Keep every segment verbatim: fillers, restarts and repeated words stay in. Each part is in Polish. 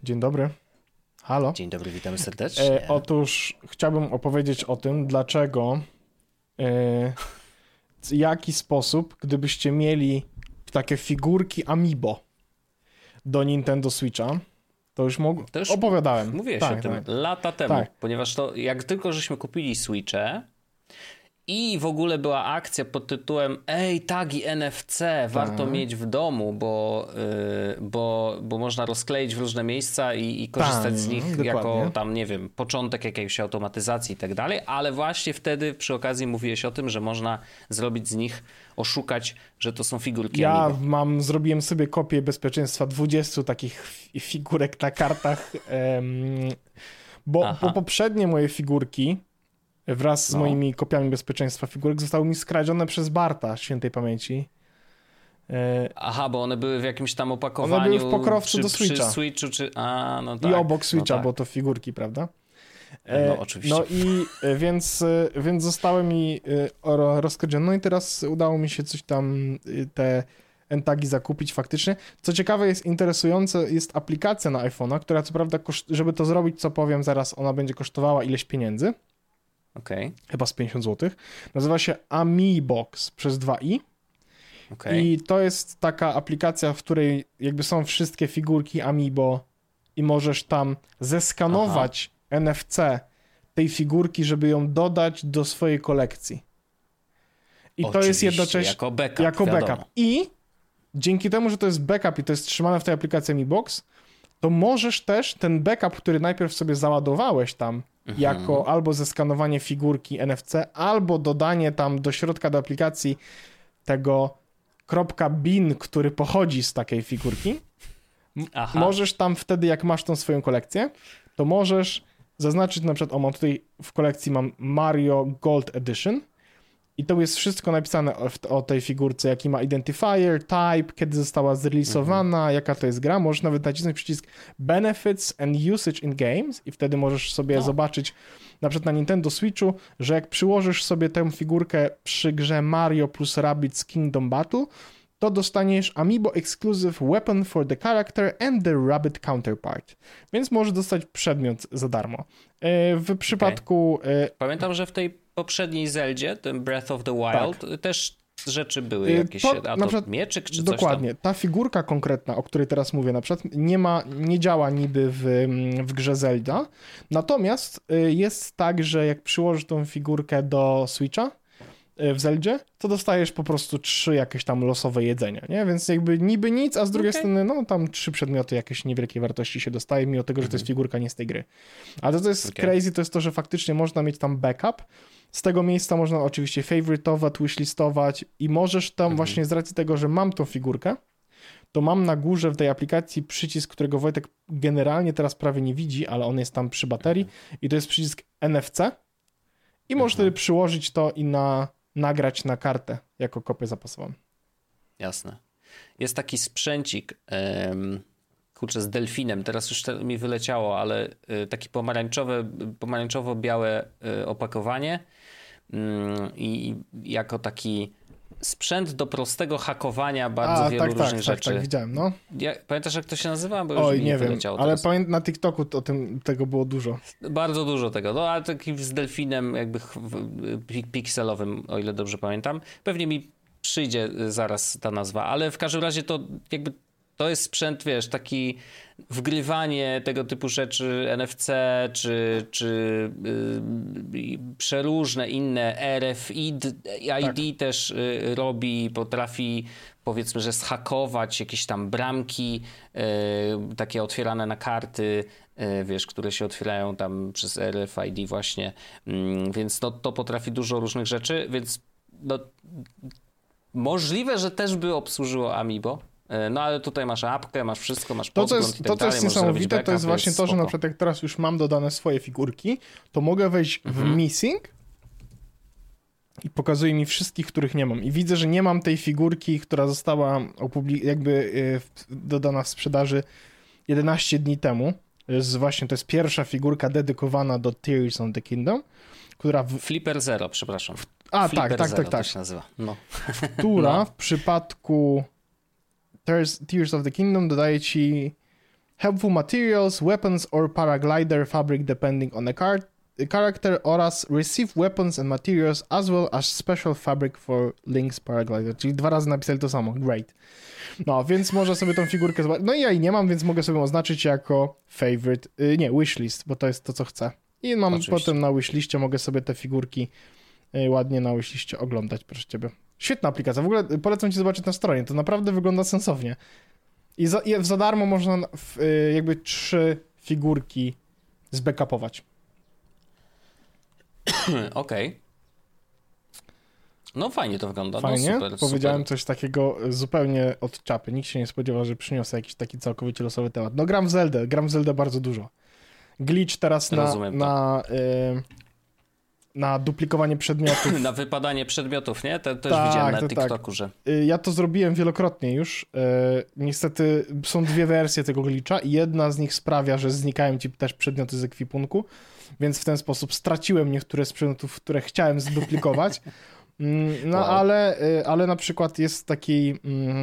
Dzień dobry. Halo. Dzień dobry, witamy serdecznie. E, otóż chciałbym opowiedzieć o tym, dlaczego, e, w jaki sposób, gdybyście mieli takie figurki Amiibo do Nintendo Switcha, to już, mog- to już opowiadałem. Mówiłeś tak, o tym tak. lata temu, tak. Ponieważ to jak tylko żeśmy kupili Switche i w ogóle była akcja pod tytułem ej, tagi N F C warto tak. mieć w domu, bo, yy, bo, bo można rozkleić w różne miejsca i, i korzystać tak, z nich dokładnie. Jako tam, nie wiem, początek jakiejś automatyzacji i tak dalej, ale właśnie wtedy przy okazji mówiłeś o tym, że można zrobić z nich, oszukać, że to są figurki Ja Amiibo. mam, zrobiłem sobie kopię bezpieczeństwa dwudziestu takich figurek na kartach, um, bo, bo poprzednie moje figurki wraz z no. moimi kopiami bezpieczeństwa figurek zostały mi skradzione przez Barta świętej pamięci. Aha, bo one były w jakimś tam opakowaniu. One były w pokrowcu przy, do Switcha. Przy Switchu, czy... A, no tak. I obok Switcha, no tak. bo to figurki, prawda? No oczywiście. No i więc, więc zostały mi rozkradzione. No i teraz udało mi się coś tam, te N-tagi zakupić faktycznie. Co ciekawe, jest interesujące, jest aplikacja na iPhone'a, która co prawda, koszt- żeby to zrobić, co powiem zaraz, ona będzie kosztowała ileś pieniędzy. Okay. Chyba z pięćdziesiąt złotych. Nazywa się Amiibox przez dwa i. Okay. I to jest taka aplikacja, w której jakby są wszystkie figurki Amiibo i możesz tam zeskanować Aha. N F C tej figurki, żeby ją dodać do swojej kolekcji. I Oczywiście, to jest jednocześnie jako backup. Jako wiadomo. backup. I dzięki temu, że to jest backup i to jest trzymane w tej aplikacji Amiibox, to możesz też ten backup, który najpierw sobie załadowałeś tam, mhm. jako albo zeskanowanie figurki N F C, albo dodanie tam do środka do aplikacji tego .bin, który pochodzi z takiej figurki. Aha. Możesz tam wtedy, jak masz tą swoją kolekcję, to możesz zaznaczyć na przykład, o mam tutaj w kolekcji mam Mario Gold Edition i to jest wszystko napisane o, o tej figurce, jaki ma identifier, type, kiedy została zreleasowana, mhm. jaka to jest gra. Możesz nawet nacisnąć przycisk Benefits and Usage in Games i wtedy możesz sobie no. zobaczyć na przykład na Nintendo Switchu, że jak przyłożysz sobie tę figurkę przy grze Mario plus Rabbids Kingdom Battle, to dostaniesz Amiibo Exclusive Weapon for the Character and the Rabbit Counterpart. Więc możesz dostać przedmiot za darmo. W przypadku... Okay. Pamiętam, że w tej poprzedniej Zeldzie, tym Breath of the Wild, tak. też rzeczy były jakieś, to, a to przykład, mieczyk czy dokładnie, coś tam? Dokładnie. Ta figurka konkretna, o której teraz mówię, na przykład nie ma, nie działa niby w, w grze Zelda, natomiast jest tak, że jak przyłożysz tą figurkę do Switcha w Zeldzie, to dostajesz po prostu trzy jakieś tam losowe jedzenia, nie? Więc jakby niby nic, a z drugiej okay. strony no tam trzy przedmioty jakieś niewielkiej wartości się dostaje, mimo tego, że to jest figurka nie z tej gry. Ale to, co jest okay. crazy, to jest to, że faktycznie można mieć tam backup. Z tego miejsca można oczywiście favoritować, wishlistować i możesz tam mhm. właśnie z racji tego, że mam tą figurkę, to mam na górze w tej aplikacji przycisk, którego Wojtek generalnie teraz prawie nie widzi, ale on jest tam przy baterii mhm. i to jest przycisk N F C i mhm. możesz wtedy przyłożyć to i na, nagrać na kartę jako kopię zapasową. Jasne. Jest taki sprzęcik um, kurczę, z delfinem, teraz już to mi wyleciało, ale y, taki pomarańczowe, pomarańczowo-białe y, opakowanie y, i jako taki sprzęt do prostego hakowania bardzo A, wielu tak, różnych tak, rzeczy. Tak, tak, widziałem, no. Ja, pamiętasz, jak to się nazywa? Bo już Oj, mi nie wiem, wyleciało ale teraz. pamię- na TikToku to, o tym, tego było dużo. Bardzo dużo tego, no ale taki z delfinem jakby pikselowym, o ile dobrze pamiętam. Pewnie mi przyjdzie zaraz ta nazwa, ale w każdym razie to jakby to jest sprzęt, wiesz, taki wgrywanie tego typu rzeczy N F C, czy, czy yy, przeróżne inne R F I D, I D tak. też yy, robi, potrafi powiedzmy, że zhakować jakieś tam bramki, yy, takie otwierane na karty, yy, wiesz, które się otwierają tam przez R F I D właśnie, yy, więc no, to potrafi dużo różnych rzeczy, więc no, możliwe, że też by obsłużyło Amiibo. No ale tutaj masz apkę, masz wszystko, masz podgląd to, co jest, i tak to, co jest dalej, niesamowite, to jest właśnie to, że na przykład jak teraz już mam dodane swoje figurki, to mogę wejść mhm. w Missing i pokazuje mi wszystkich, których nie mam. I widzę, że nie mam tej figurki, która została opublik- jakby yy, dodana w sprzedaży jedenaście dni temu. Jest właśnie, to jest pierwsza figurka dedykowana do Tears of the Kingdom, która... W... Flipper Zero, przepraszam. A, Flipper tak, tak, Zero tak, tak. To się nazywa. No. Która no. w przypadku Tears, Tears of the Kingdom dodaje ci helpful materials, weapons or paraglider fabric depending on the card, character oraz receive weapons and materials as well as special fabric for Link's paraglider. Czyli dwa razy napisali to samo. Great. No, więc można sobie tą figurkę zobaczyć. No i ja jej nie mam, więc mogę sobie oznaczyć jako favorite, yy, nie, wishlist, bo to jest to, co chcę. I mam Oczywiście. Potem na wishliście, mogę sobie te figurki yy, ładnie na wishliście oglądać, proszę ciebie. Świetna aplikacja. W ogóle polecam ci zobaczyć na stronie. To naprawdę wygląda sensownie. I za, i za darmo można w, yy, jakby trzy figurki zbackupować. Okej. Okay. No fajnie to wygląda. Fajnie. No, super, Powiedziałem super. coś takiego zupełnie od czapy. Nikt się nie spodziewał, że przyniosę jakiś taki całkowicie losowy temat. No gram w Zeldę. Gram w Zeldę bardzo dużo. Glitch teraz na, na, yy, na duplikowanie przedmiotów. Na wypadanie przedmiotów, nie? To też tak, widziałem na to TikToku, tak. że... Ja to zrobiłem wielokrotnie już. Yy, niestety są dwie wersje tego glitcha i jedna z nich sprawia, że znikają ci też przedmioty z ekwipunku, więc w ten sposób straciłem niektóre z przedmiotów, które chciałem zduplikować. No, wow. ale, ale na przykład jest taki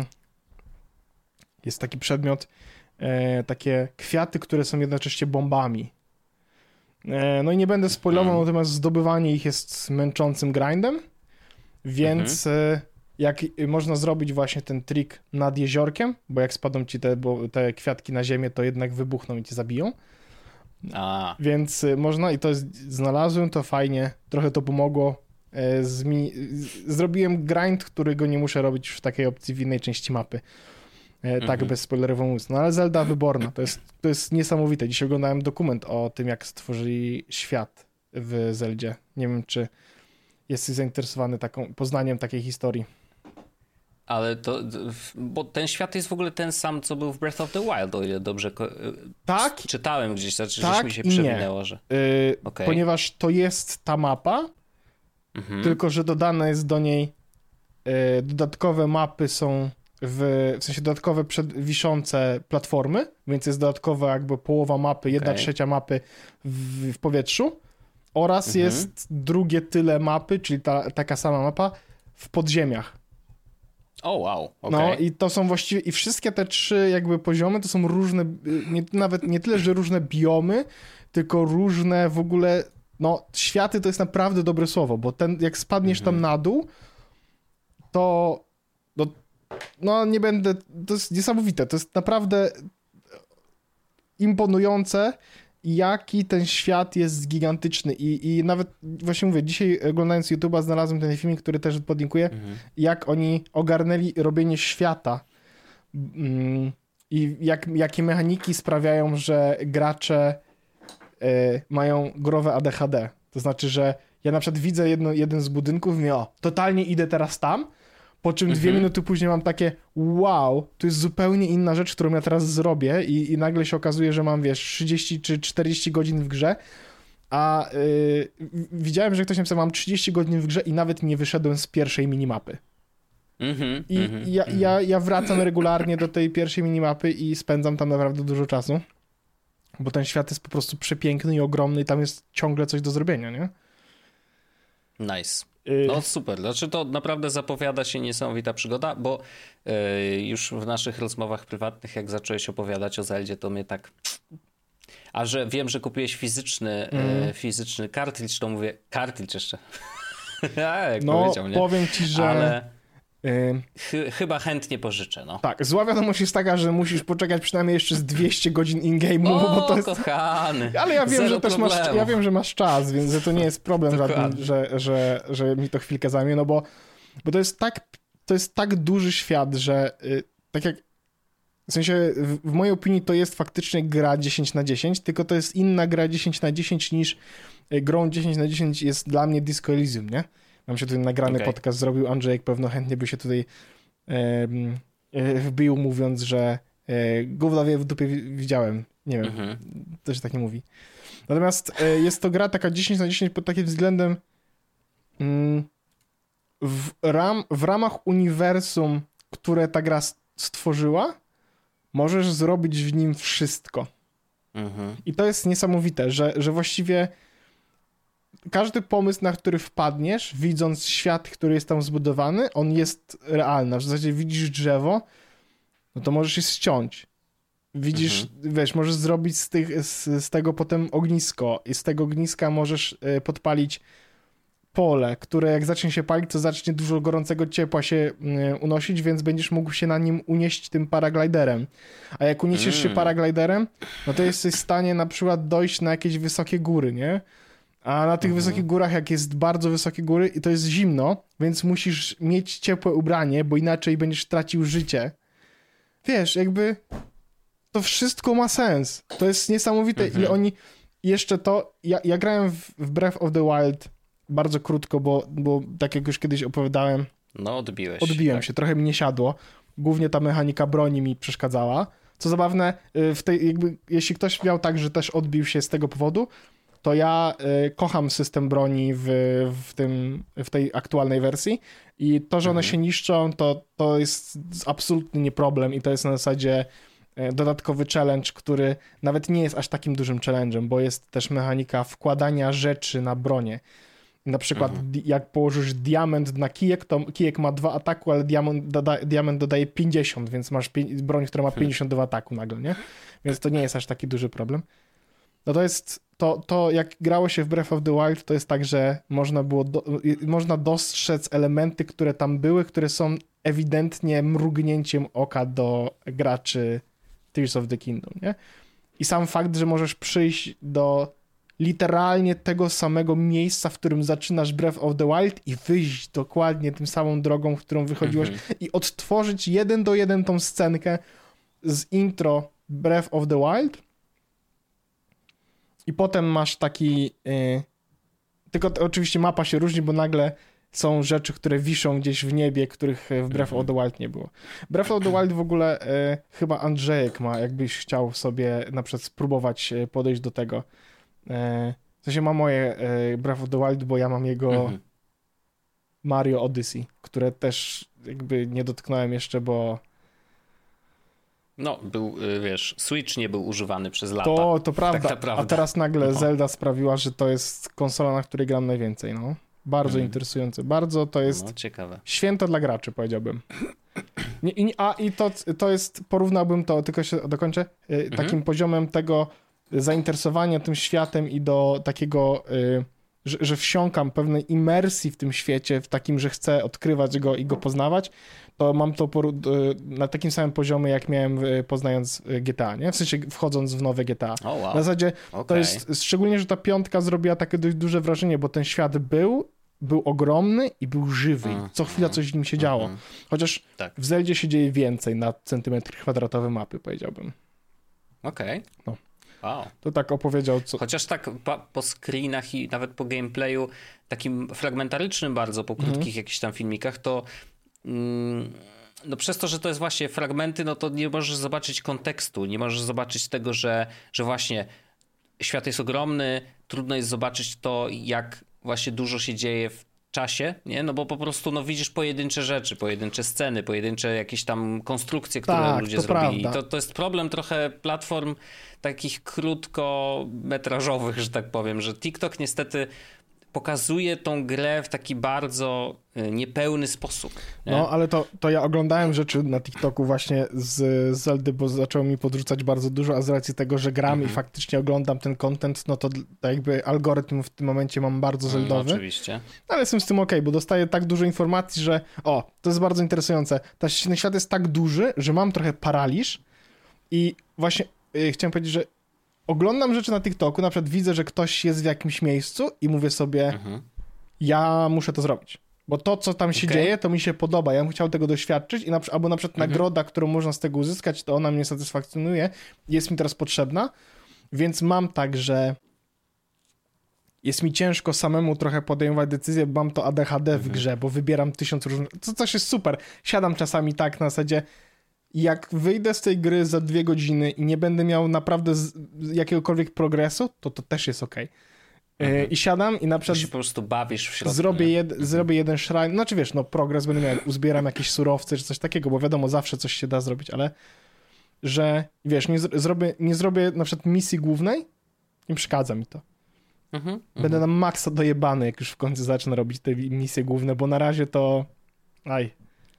jest taki przedmiot, takie kwiaty, które są jednocześnie bombami. No i nie będę spoilował, hmm. natomiast zdobywanie ich jest męczącym grindem, więc hmm. jak można zrobić właśnie ten trik nad jeziorkiem, bo jak spadną ci te, bo te kwiatki na ziemię, to jednak wybuchną i cię zabiją. A. Więc można, i to jest, znalazłem to fajnie, trochę to pomogło. Zmi... Zrobiłem grind, którego nie muszę robić w takiej opcji w innej części mapy. E, tak, mm-hmm. bez spoilerowo mówiąc. No ale Zelda wyborna, to jest, to jest niesamowite. Dzisiaj oglądałem dokument o tym, jak stworzyli świat w Zeldzie. Nie wiem, czy jesteś zainteresowany taką, poznaniem takiej historii. Ale to, bo ten świat jest w ogóle ten sam, co był w Breath of the Wild, o ile dobrze tak, czytałem gdzieś, znaczy tak mi się przewinęło, że... Yy, okay. Ponieważ to jest ta mapa, mhm. tylko że dodane jest do niej yy, dodatkowe mapy są w, w sensie dodatkowe wiszące platformy, więc jest dodatkowa jakby połowa mapy, jedna okay. trzecia mapy w, w powietrzu oraz mhm. jest drugie tyle mapy, czyli ta, taka sama mapa w podziemiach. O, oh, wow, okay. No i to są właściwie, i wszystkie te trzy jakby poziomy to są różne, nie, nawet nie tyle, że różne biomy, tylko różne w ogóle, no światy to jest naprawdę dobre słowo, bo ten, jak spadniesz mm-hmm. tam na dół, to no, no nie będę, to jest niesamowite, to jest naprawdę imponujące, jaki ten świat jest gigantyczny i, i nawet właśnie mówię, dzisiaj oglądając YouTube'a znalazłem ten filmik, który też podlinkuję, mhm. jak oni ogarnęli robienie świata mm, i jak, jakie mechaniki sprawiają, że gracze y, mają growe A D H D. To znaczy, że ja na przykład widzę jedno, jeden z budynków i mówię, o, totalnie idę teraz tam, po czym dwie mhm. minuty później mam takie, wow, to jest zupełnie inna rzecz, którą ja teraz zrobię i, i nagle się okazuje, że mam, wiesz, trzydzieści czy czterdzieści godzin w grze, a yy, widziałem, że ktoś napisał, mam trzydzieści godzin w grze i nawet nie wyszedłem z pierwszej minimapy. Mhm, I mhm, ja, mhm. Ja, ja wracam regularnie do tej pierwszej minimapy i spędzam tam naprawdę dużo czasu, bo ten świat jest po prostu przepiękny i ogromny i tam jest ciągle coś do zrobienia, nie? Nice. No super, znaczy to naprawdę zapowiada się niesamowita przygoda, bo yy, już w naszych rozmowach prywatnych, jak zacząłeś opowiadać o Zeldzie, to mnie tak... A że wiem, że kupiłeś fizyczny, mm. yy, fizyczny kartridż, to mówię, kartridż jeszcze. jak no, powiedział, nie? powiem ci, że... Ale... Ch- chyba chętnie pożyczę, no. Tak, zła wiadomość jest taka, że musisz poczekać przynajmniej jeszcze z dwieście godzin in-game'u, bo to jest... kochany! Ale ja wiem, Zero że też masz, ja wiem, że masz czas, więc że to nie jest problem żaden, że, że, że mi to chwilkę zajmie, no bo, bo to jest tak, to jest tak duży świat, że y, tak jak w sensie w, w mojej opinii to jest faktycznie gra dziesięć na dziesięć, tylko to jest inna gra dziesięć na dziesięć niż y, grą dziesięć na dziesięć jest dla mnie Disco Elysium, nie? Mam się tutaj nagrany okay. podcast zrobił, Andrzejek pewno chętnie by się tutaj e, e, wbił, mówiąc, że e, gówno wie w dupie widziałem. Nie wiem, mm-hmm. to się tak nie mówi. Natomiast e, jest to gra taka dziesięć na dziesięć pod takim względem mm, w, ram, w ramach uniwersum, które ta gra stworzyła, możesz zrobić w nim wszystko. Mm-hmm. I to jest niesamowite, że, że właściwie każdy pomysł, na który wpadniesz, widząc świat, który jest tam zbudowany, on jest realny. W zasadzie widzisz drzewo, no to możesz je ściąć. Widzisz, mhm. wiesz, możesz zrobić z, tych, z, z tego potem ognisko i z tego ogniska możesz y, podpalić pole, które jak zacznie się palić, to zacznie dużo gorącego ciepła się y, unosić, więc będziesz mógł się na nim unieść tym paragliderem. A jak uniesiesz mm. się paragliderem, no to jesteś w stanie na przykład dojść na jakieś wysokie góry, nie? A na tych mhm. wysokich górach, jak jest bardzo wysokie góry i to jest zimno, więc musisz mieć ciepłe ubranie, bo inaczej będziesz tracił życie. Wiesz, jakby to wszystko ma sens. To jest niesamowite, mhm. ile oni... Jeszcze to... Ja, ja grałem w, w Breath of the Wild bardzo krótko, bo, bo tak jak już kiedyś opowiadałem... No, odbiłeś. Odbiłem tak. się, trochę mi nie siadło. Głównie ta mechanika broni mi przeszkadzała. Co zabawne, w tej, jakby, jeśli ktoś miał tak, że też odbił się z tego powodu, to ja y, kocham system broni w, w, tym, w tej aktualnej wersji i to, że one mhm. się niszczą, to, to jest absolutnie nie problem i to jest na zasadzie y, dodatkowy challenge, który nawet nie jest aż takim dużym challenge'em, bo jest też mechanika wkładania rzeczy na bronię. Na przykład mhm. di- jak położysz diament na kijek, to kijek ma dwa ataku, ale diament, doda- diament dodaje pięćdziesiąt, więc masz pię- broń, która ma pięćdziesiąt dwa ataku nagle, nie? Więc to nie jest aż taki duży problem. No to jest, to, to jak grało się w Breath of the Wild, to jest tak, że można było, do, można dostrzec elementy, które tam były, które są ewidentnie mrugnięciem oka do graczy Tears of the Kingdom, nie? I sam fakt, że możesz przyjść do literalnie tego samego miejsca, w którym zaczynasz Breath of the Wild i wyjść dokładnie tym samą drogą, w którą wychodziłeś mm-hmm. i odtworzyć jeden do jeden tą scenkę z intro Breath of the Wild. I potem masz taki... Yy, tylko to, oczywiście mapa się różni, bo nagle są rzeczy, które wiszą gdzieś w niebie, których w Breath of the Wild nie było. Breath of the Wild w ogóle yy, chyba Andrzejek ma, jakbyś chciał sobie na przykład spróbować yy, podejść do tego. Yy, w sensie ma moje yy, Breath of the Wild, bo ja mam jego mhm. Mario Odyssey, które też jakby nie dotknąłem jeszcze, bo no, był, wiesz, Switch nie był używany przez lata. To, to prawda, tak a teraz nagle no. Zelda sprawiła, że to jest konsola, na której gram najwięcej, no. Bardzo mm. interesujące, bardzo to jest no, ciekawe. Święto dla graczy, powiedziałbym. Nie, i, a i to, to jest, porównałbym to, tylko się dokończę, y, takim mm-hmm. poziomem tego zainteresowania tym światem i do takiego, y, że, że wsiąkam pewnej imersji w tym świecie, w takim, że chcę odkrywać go i go poznawać, to mam to na takim samym poziomie, jak miałem poznając G T A, nie? W sensie wchodząc w nowe G T A. Oh, wow. Na zasadzie okay. to jest, szczególnie, że ta piątka zrobiła takie dość duże wrażenie, bo ten świat był, był ogromny i był żywy. Mm, Co chwila coś w nim się działo. Mm, Chociaż tak. w Zeldzie się dzieje więcej na centymetr kwadratowy mapy, powiedziałbym. Okej. Okay. No. Wow. To tak opowiedział. Co... Chociaż tak po, po screenach i nawet po gameplayu, takim fragmentarycznym bardzo, po krótkich mm. jakichś tam filmikach, to mm, no przez to, że to jest właśnie fragmenty, no to nie możesz zobaczyć kontekstu, nie możesz zobaczyć tego, że, że właśnie świat jest ogromny, trudno jest zobaczyć to, jak właśnie dużo się dzieje w czasie, nie? No bo po prostu no, widzisz pojedyncze rzeczy, pojedyncze sceny, pojedyncze jakieś tam konstrukcje, które tak, ludzie to zrobili. Prawda. To, to jest problem trochę platform takich krótkometrażowych, że tak powiem, że TikTok niestety pokazuje tą grę w taki bardzo niepełny sposób. Nie? No, ale to, to ja oglądałem rzeczy na TikToku właśnie z Zeldy, bo zaczęło mi podrzucać bardzo dużo, a z racji tego, że gram mm-hmm. i faktycznie oglądam ten content, no to, to jakby algorytm w tym momencie mam bardzo zeldowy. No, oczywiście. Ale jestem z tym okej, okay, bo dostaję tak dużo informacji, że o, to jest bardzo interesujące. Ten świat jest tak duży, że mam trochę paraliż i właśnie yy, chciałem powiedzieć, że oglądam rzeczy na TikToku, na przykład widzę, że ktoś jest w jakimś miejscu i mówię sobie, mhm. ja muszę to zrobić. Bo to, co tam się okay. dzieje, to mi się podoba. Ja bym chciał tego doświadczyć i na, albo na przykład mhm. nagroda, którą można z tego uzyskać, to ona mnie satysfakcjonuje, jest mi teraz potrzebna, więc mam tak, że jest mi ciężko samemu trochę podejmować decyzję, bo mam to A D H D mhm. w grze, bo wybieram tysiąc różnych... To coś jest super. Siadam czasami tak na zasadzie, jak wyjdę z tej gry za dwie godziny i nie będę miał naprawdę z, jakiegokolwiek progresu, to to też jest okej. Okay. Mhm. I siadam i na przykład... Ty się po prostu bawisz w środku. Zrobię, jed, mhm. zrobię jeden shrine, znaczy wiesz, no progres będę miał, uzbieram jakieś surowce czy coś takiego, bo wiadomo, zawsze coś się da zrobić, ale że, wiesz, nie, zrobię, nie zrobię na przykład misji głównej, nie przeszkadza mi to. Mhm. Będę na maksa dojebany, jak już w końcu zacznę robić te misje główne, bo na razie to... Aj...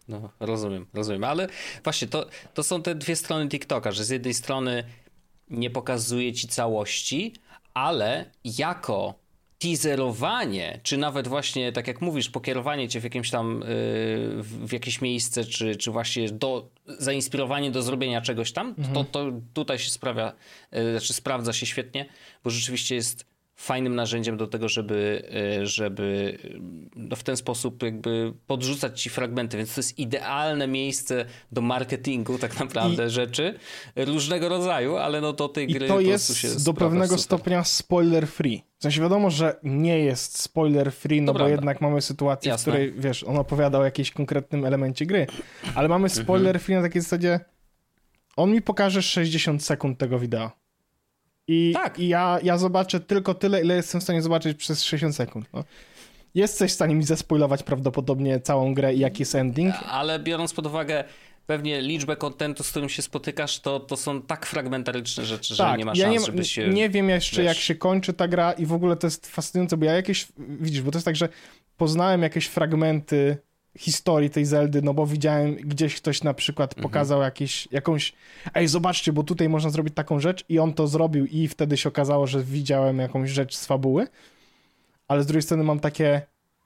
No, rozumiem, rozumiem, ale właśnie to, to są te dwie strony TikToka, że z jednej strony nie pokazuje ci całości, ale jako teaserowanie, czy nawet właśnie, tak jak mówisz, pokierowanie cię w jakimś tam, yy, w jakieś miejsce, czy, czy właśnie do, zainspirowanie do zrobienia czegoś tam, mhm. to, to tutaj się sprawia, yy, znaczy sprawdza się świetnie, bo rzeczywiście jest fajnym narzędziem do tego, żeby, żeby no w ten sposób jakby podrzucać ci fragmenty, więc to jest idealne miejsce do marketingu tak naprawdę I, rzeczy różnego rodzaju, ale no do tej gry i to jest się do pewnego super. stopnia spoiler free. W sensie wiadomo, że nie jest spoiler free, no to bo prawda. Jednak mamy sytuację, Jasne. w której, wiesz, on opowiada o jakimś konkretnym elemencie gry, ale mamy spoiler free na takiej zasadzie, on mi pokaże sześćdziesiąt sekund tego wideo. I, tak. i ja, ja zobaczę tylko tyle, ile jestem w stanie zobaczyć przez sześćdziesiąt sekund. No. Jesteś w stanie mi zaspoilować prawdopodobnie całą grę i jaki jest ending. Ale biorąc pod uwagę pewnie liczbę kontentu, z którym się spotykasz, to, to są tak fragmentaryczne rzeczy, tak, że nie ma ja szans, nie, żeby się... nie wiem jeszcze, wiesz... jak się kończy ta gra i w ogóle to jest fascynujące, bo ja jakieś... Widzisz, bo to jest tak, że poznałem jakieś fragmenty historii tej Zeldy, no bo widziałem gdzieś ktoś na przykład pokazał mhm. jakieś, jakąś ej, zobaczcie, bo tutaj można zrobić taką rzecz i on to zrobił i wtedy się okazało, że widziałem jakąś rzecz z fabuły, ale z drugiej strony mam takie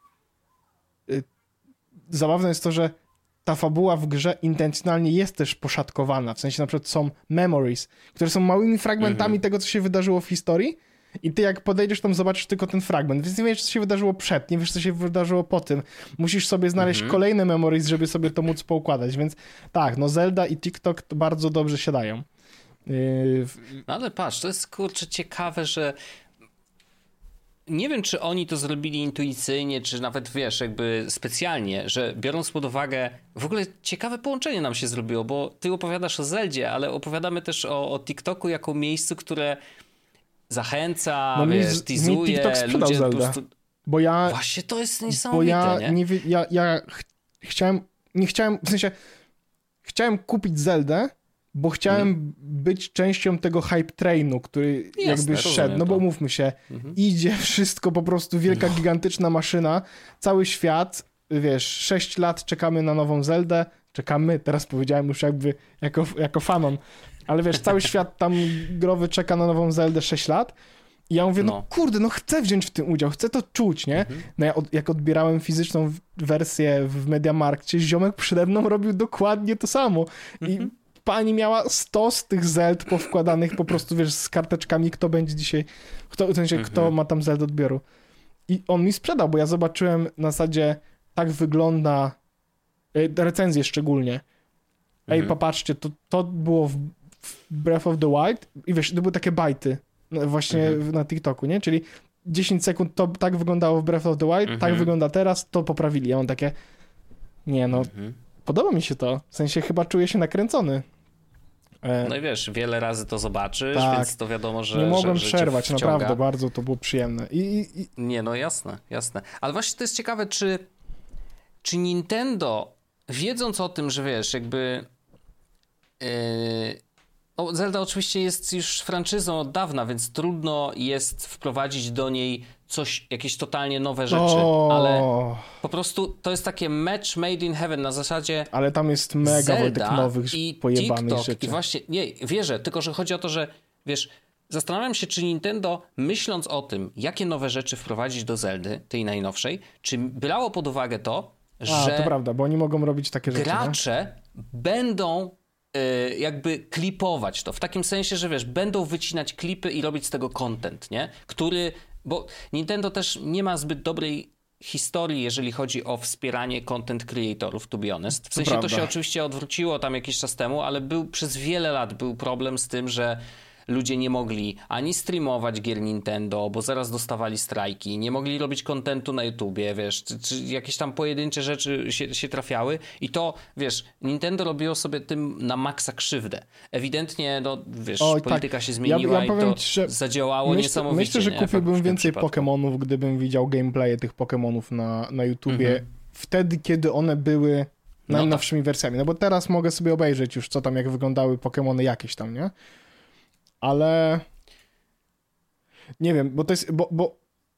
y... zabawne jest to, że ta fabuła w grze intencjonalnie jest też poszatkowana, w sensie na przykład są memories, które są małymi fragmentami mhm. tego, co się wydarzyło w historii. I ty jak podejdziesz tam, zobaczysz tylko ten fragment, więc nie wiesz, co się wydarzyło przed, nie wiesz, co się wydarzyło po tym. Musisz sobie znaleźć mhm. kolejne memories, żeby sobie to móc poukładać, więc tak, no Zelda i TikTok to bardzo dobrze się dają. Yy... No ale patrz, to jest kurczę ciekawe, że nie wiem, czy oni to zrobili intuicyjnie, czy nawet, wiesz, jakby specjalnie, że biorąc pod uwagę, w ogóle ciekawe połączenie nam się zrobiło, bo ty opowiadasz o Zeldzie, ale opowiadamy też o, o TikToku jako miejscu, które zachęca, no wiesz, teasuje, TikTok sprzedał Zeldę, po prostu... bo ja... Właśnie to jest niesamowite, bo ja nie? nie wie, ja, ja ch chciałem, nie chciałem, w sensie chciałem kupić Zeldę, bo chciałem hmm. być częścią tego hype trainu, który Jasne, jakby szedł, no bo mówmy się, mhm. idzie wszystko po prostu, wielka, no. gigantyczna maszyna, cały świat, wiesz, sześć lat czekamy na nową Zeldę, czekamy, teraz powiedziałem już jakby jako, jako fanon, ale wiesz, cały świat tam growy czeka na nową Zeldę sześć lat i ja mówię, no, no kurde, no chcę wziąć w tym udział, chcę to czuć, nie? Mhm. No ja od, jak odbierałem fizyczną wersję w Mediamarkcie, ziomek przede mną robił dokładnie to samo i mhm. pani miała sto z tych Zeld powkładanych po prostu, wiesz, z karteczkami, kto będzie dzisiaj, kto, w sensie, mhm. kto ma tam Zeldę odbioru. I on mi sprzedał, bo ja zobaczyłem na zasadzie, tak wygląda, recenzje szczególnie. Ej, mhm. popatrzcie, to, to było w Breath of the Wild i wiesz, to były takie bajty właśnie mhm. na TikToku, nie? Czyli dziesięć sekund to tak wyglądało w Breath of the Wild, mhm. tak wygląda teraz, to poprawili. Ja mam takie, nie no, mhm. podoba mi się to. W sensie chyba czuję się nakręcony. No i wiesz, wiele razy to zobaczysz, tak. więc to wiadomo, że nie mogłem że, że przerwać, naprawdę, bardzo to było przyjemne. I, i, i... Nie, no jasne, jasne. Ale właśnie to jest ciekawe, czy, czy Nintendo, wiedząc o tym, że wiesz, jakby... Yy... No, Zelda oczywiście jest już franczyzą od dawna, więc trudno jest wprowadzić do niej coś, jakieś totalnie nowe rzeczy, oh. ale po prostu to jest takie match made in heaven na zasadzie ale tam jest mega Zelda tych nowych i pojebanych TikTok rzeczy. I właśnie, nie, wierzę, tylko że chodzi o to, że wiesz, zastanawiam się, czy Nintendo, myśląc o tym, jakie nowe rzeczy wprowadzić do Zeldy, tej najnowszej, czy brało pod uwagę to, A, że to prawda, bo oni mogą robić takie rzeczy. Gracze nie? będą jakby klipować to, w takim sensie, że wiesz, będą wycinać klipy i robić z tego content, nie? Który, bo Nintendo też nie ma zbyt dobrej historii, jeżeli chodzi o wspieranie content creatorów, to be honest. W sensie to, to się oczywiście odwróciło tam jakiś czas temu, ale był przez wiele lat był problem z tym, że ludzie nie mogli ani streamować gier Nintendo, bo zaraz dostawali strajki, nie mogli robić kontentu na YouTubie, wiesz, czy, czy jakieś tam pojedyncze rzeczy się, się trafiały i to, wiesz, Nintendo robiło sobie tym na maksa krzywdę. Ewidentnie, no, wiesz, Oj, polityka tak. się zmieniła ja, ja i to ci, zadziałało myśl, niesamowicie. Myślę, że nie? kupiłbym więcej Pokemonów, gdybym widział gameplaye tych Pokemonów na, na YouTubie mhm. wtedy, kiedy one były najnowszymi no tak. wersjami, no bo teraz mogę sobie obejrzeć już, co tam, jak wyglądały Pokemony jakieś tam, nie? Ale nie wiem, bo to jest, bo, bo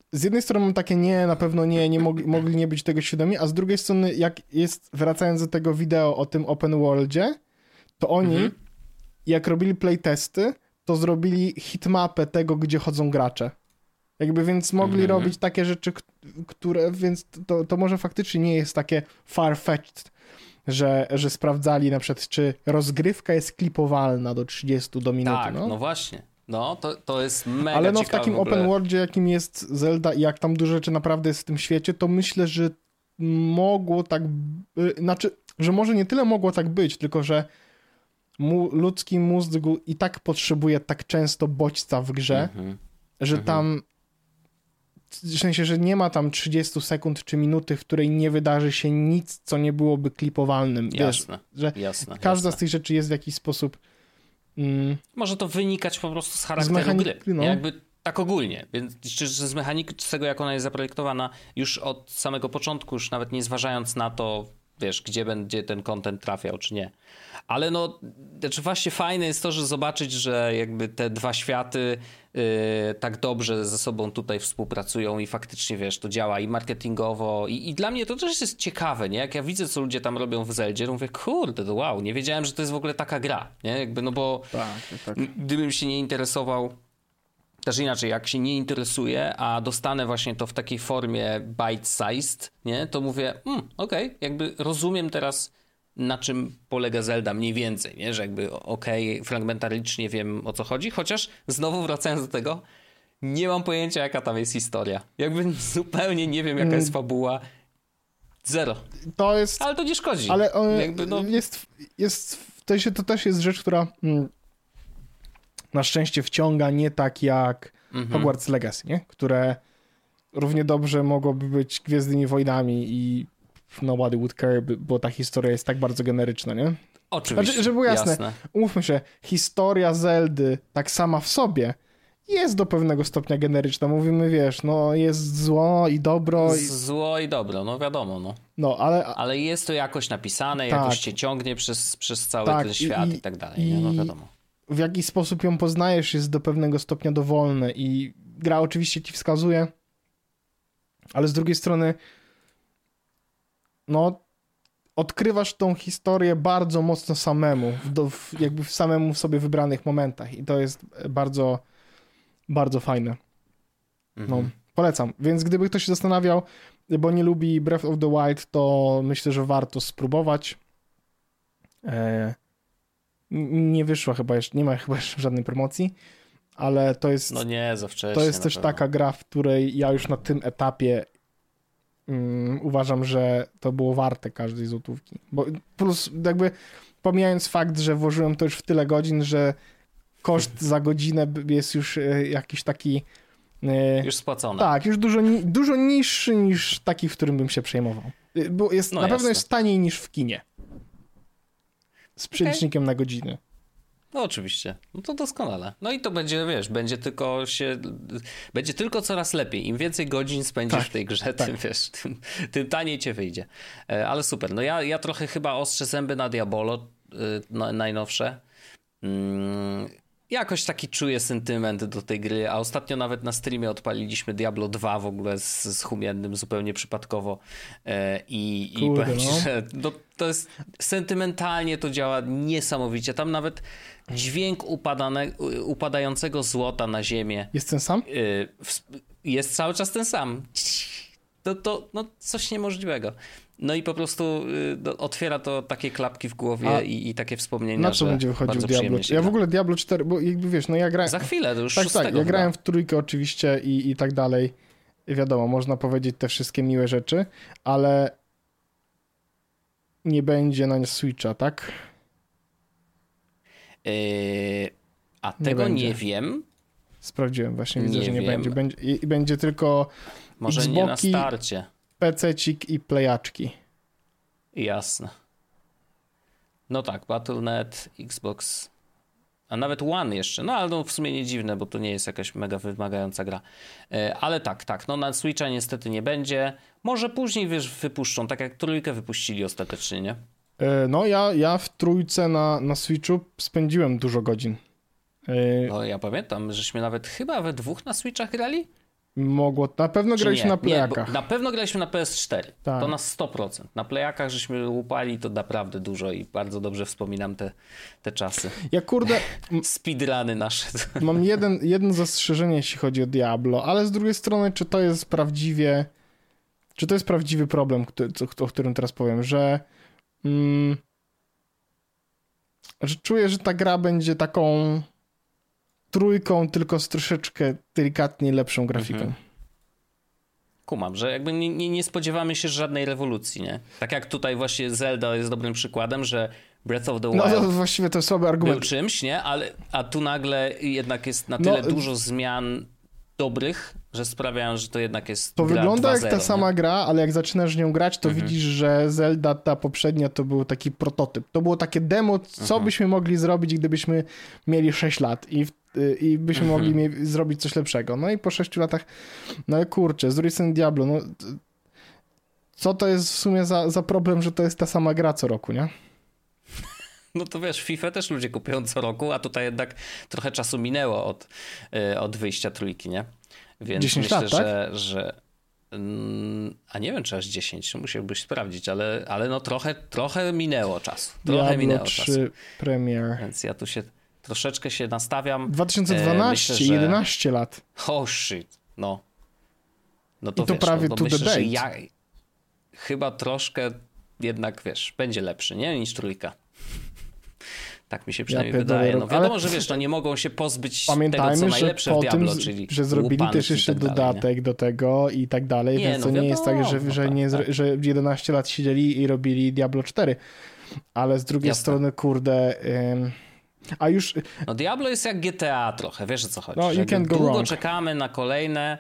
z jednej strony mam takie nie, na pewno nie, nie mogli, mogli nie być tego świadomi, a z drugiej strony jak jest, wracając do tego wideo o tym open worldzie, to oni, mhm. jak robili playtesty, to zrobili hitmapę tego, gdzie chodzą gracze. Jakby więc mogli mhm. robić takie rzeczy, które, więc to, to może faktycznie nie jest takie far-fetched, że, że sprawdzali na przykład, czy rozgrywka jest klipowalna do trzydziestu do minuty. Tak, no, no właśnie. No, to, to jest mega Ale no w ciekawe takim w open worldzie, jakim jest Zelda i jak tam dużo rzeczy naprawdę jest w tym świecie, to myślę, że mogło tak... By... Znaczy, że może nie tyle mogło tak być, tylko że mu, ludzki mózg i tak potrzebuje tak często bodźca w grze, mm-hmm. że mm-hmm. tam... W sensie, że nie ma tam trzydzieści sekund czy minuty, w której nie wydarzy się nic, co nie byłoby klipowalnym. Jasne, Wiesz, że jasne. Każda jasne. z tych rzeczy jest w jakiś sposób... Mm, Może to wynikać po prostu z charakteru z mechanik- gry. No. Jakby tak ogólnie. Więc czy z mechaniki, z tego jak ona jest zaprojektowana już od samego początku, już nawet nie zważając na to, wiesz, gdzie będzie ten content trafiał, czy nie. Ale no, znaczy właśnie fajne jest to, że zobaczyć, że jakby te dwa światy yy, tak dobrze ze sobą tutaj współpracują i faktycznie, wiesz, to działa i marketingowo i, i dla mnie to też jest ciekawe, nie? Jak ja widzę, co ludzie tam robią w Zeldzie, to mówię, kurde, to wow, nie wiedziałem, że to jest w ogóle taka gra, nie? Jakby, no bo tak, tak. gdybym się nie interesował, też inaczej, jak się nie interesuję, a dostanę właśnie to w takiej formie bite-sized, nie? To mówię, mm, okej, okay, jakby rozumiem teraz, na czym polega Zelda mniej więcej, nie? Że jakby okej, okay, fragmentarycznie wiem, o co chodzi, chociaż znowu wracając do tego, nie mam pojęcia, jaka tam jest historia. Jakby zupełnie nie wiem, jaka jest fabuła. Zero. To jest... Ale to nie szkodzi. Ale on, jakby, no... jest, jest, to, się, to też jest rzecz, która mm, na szczęście wciąga, nie tak jak mm-hmm. Hogwarts Legacy, nie? Które równie dobrze mogłoby być Gwiezdnymi Wojnami i nobody would care, bo ta historia jest tak bardzo generyczna, nie? Oczywiście, znaczy, żeby było jasne, jasne. Umówmy się, historia Zeldy tak sama w sobie jest do pewnego stopnia generyczna. Mówimy, wiesz, no jest zło i dobro. I... Zło i dobro, no wiadomo, no. No, ale... Ale jest to jakoś napisane, tak. jakoś cię ciągnie przez, przez cały tak, ten świat i, i tak dalej, nie? No wiadomo. W jaki sposób ją poznajesz jest do pewnego stopnia dowolne i gra oczywiście ci wskazuje, ale z drugiej strony no odkrywasz tą historię bardzo mocno samemu, w, do, w, jakby w samemu w sobie wybranych momentach i to jest bardzo, bardzo fajne. No, mhm. Polecam. Więc gdyby ktoś się zastanawiał, bo nie lubi Breath of the Wild, to myślę, że warto spróbować. E, nie wyszła chyba jeszcze, nie ma chyba jeszcze żadnej promocji, ale to jest... No nie, za wcześnie. To jest też pewno. taka gra, w której ja już na tym etapie um, uważam, że to było warte każdej złotówki. Bo plus jakby pomijając fakt, że włożyłem to już w tyle godzin, że koszt za godzinę jest już e, jakiś taki... E, już spłacony. Tak, już dużo, ni- dużo niższy niż taki, w którym bym się przejmował. E, bo jest, no na jasne. pewno jest taniej niż w kinie. Z przelicznikiem okay. na godziny. No oczywiście, no to doskonale. No i to będzie, wiesz, będzie tylko się, będzie tylko coraz lepiej. Im więcej godzin spędzisz tak, w tej grze, tak. tym wiesz, tym, tym taniej cię wyjdzie. Ale super, no ja, ja trochę chyba ostrzę zęby na Diabolo, no, najnowsze. Mm, jakoś taki czuję sentyment do tej gry, a ostatnio nawet na streamie odpaliliśmy Diablo dwa w ogóle z, z Humiennym zupełnie przypadkowo i, i Kurde, powiem ci, no. że no, to jest sentymentalnie to działa niesamowicie. Tam nawet dźwięk upadane, upadającego złota na ziemię jest ten sam? Jest cały czas ten sam. To, to no, coś niemożliwego. No i po prostu y, otwiera to takie klapki w głowie i, i takie wspomnienia, na co że będzie wychodził bardzo Diablo? Ja w ogóle Diablo cztery, bo jakby wiesz, no ja grałem... Za chwilę, to już tak, szóstego tak, ja grałem w trójkę oczywiście i, i tak dalej. I wiadomo, można powiedzieć te wszystkie miłe rzeczy, ale nie będzie na Switcha, tak? Yy, a tego nie, nie wiem. Sprawdziłem, właśnie widzę, nie że nie wiem. będzie. będzie i, I będzie tylko może Xboxi, nie na starcie. pececik i playaczki. Jasne. No tak, Battle kropka net, Xbox, a nawet One jeszcze. No ale no w sumie nie dziwne, bo to nie jest jakaś mega wymagająca gra. Yy, ale tak, tak, no na Switcha niestety nie będzie. Może później, wiesz, wypuszczą, tak jak trójkę wypuścili ostatecznie, nie? Yy, no ja, ja w trójce na, na Switchu spędziłem dużo godzin. No ja pamiętam, żeśmy nawet chyba we dwóch na Switchach grali? Mogło, na pewno Czy graliśmy nie? na playakach. Nie, na pewno graliśmy na P S cztery, Tak. to na sto procent. Na playakach żeśmy łupali to naprawdę dużo i bardzo dobrze wspominam te, te czasy. Ja kurde, Speedruny nasze. mam jeden, jedno zastrzeżenie, jeśli chodzi o Diablo, ale z drugiej strony, czy to jest prawdziwie, czy to jest prawdziwy problem, który, o którym teraz powiem, że, mm, że czuję, że ta gra będzie taką trójką, tylko z troszeczkę delikatnie lepszą grafiką. Mhm. Kumam, że jakby nie, nie, nie spodziewamy się żadnej rewolucji, nie? Tak jak tutaj właśnie Zelda jest dobrym przykładem, że Breath of the Wild no, właściwie to słaby argument. był czymś, nie? Ale, a tu nagle jednak jest na tyle no, dużo zmian dobrych, że sprawiają, że to jednak jest to gra wygląda jak dwa ta zero, sama nie? gra, ale jak zaczynasz nią grać, to mhm. widzisz, że Zelda ta poprzednia to był taki prototyp. To było takie demo, co mhm. byśmy mogli zrobić, gdybyśmy mieli sześć lat i, i byśmy mhm. mogli mie- zrobić coś lepszego. No i po sześciu latach, no ale kurczę, z drugiej strony Diablo, no co to jest w sumie za, za problem, że to jest ta sama gra co roku, nie? No to wiesz, FIFA też ludzie kupują co roku, a tutaj jednak trochę czasu minęło od, yy, od wyjścia trójki, nie? Więc dziesięć myślę, lat, tak? że, że mm, a nie wiem, czy aż dziesięć, musiałbyś sprawdzić, ale, ale no trochę, trochę minęło czasu. Trochę Diablo minęło trzy czasu. Premier. Więc ja tu się troszeczkę się nastawiam. dwa tysiące dwanaście, e, myślę, że... jedenaście lat. Oh shit, no. No to, I to wiesz, prawie no, to myślę, the date. że ja chyba troszkę jednak, wiesz, będzie lepszy, nie? Niż trójka. Tak mi się przynajmniej ja wydaje. No wiadomo, ale... że wiesz, no nie mogą się pozbyć Pamiętajmy, tego, co najlepsze że po w Diablo, tym, czyli że zrobili też jeszcze tak dodatek dalej, do tego i tak dalej, nie, więc no to nie jest tak, że, wiadomo, że, tak, nie, tak. że jedenaście lat siedzieli i robili Diablo cztery. Ale z drugiej Jasne. strony, kurde... Ym... A już... No Diablo jest jak G T A trochę, wiesz o co chodzi. No, że you can't go długo wrong. czekamy na kolejne.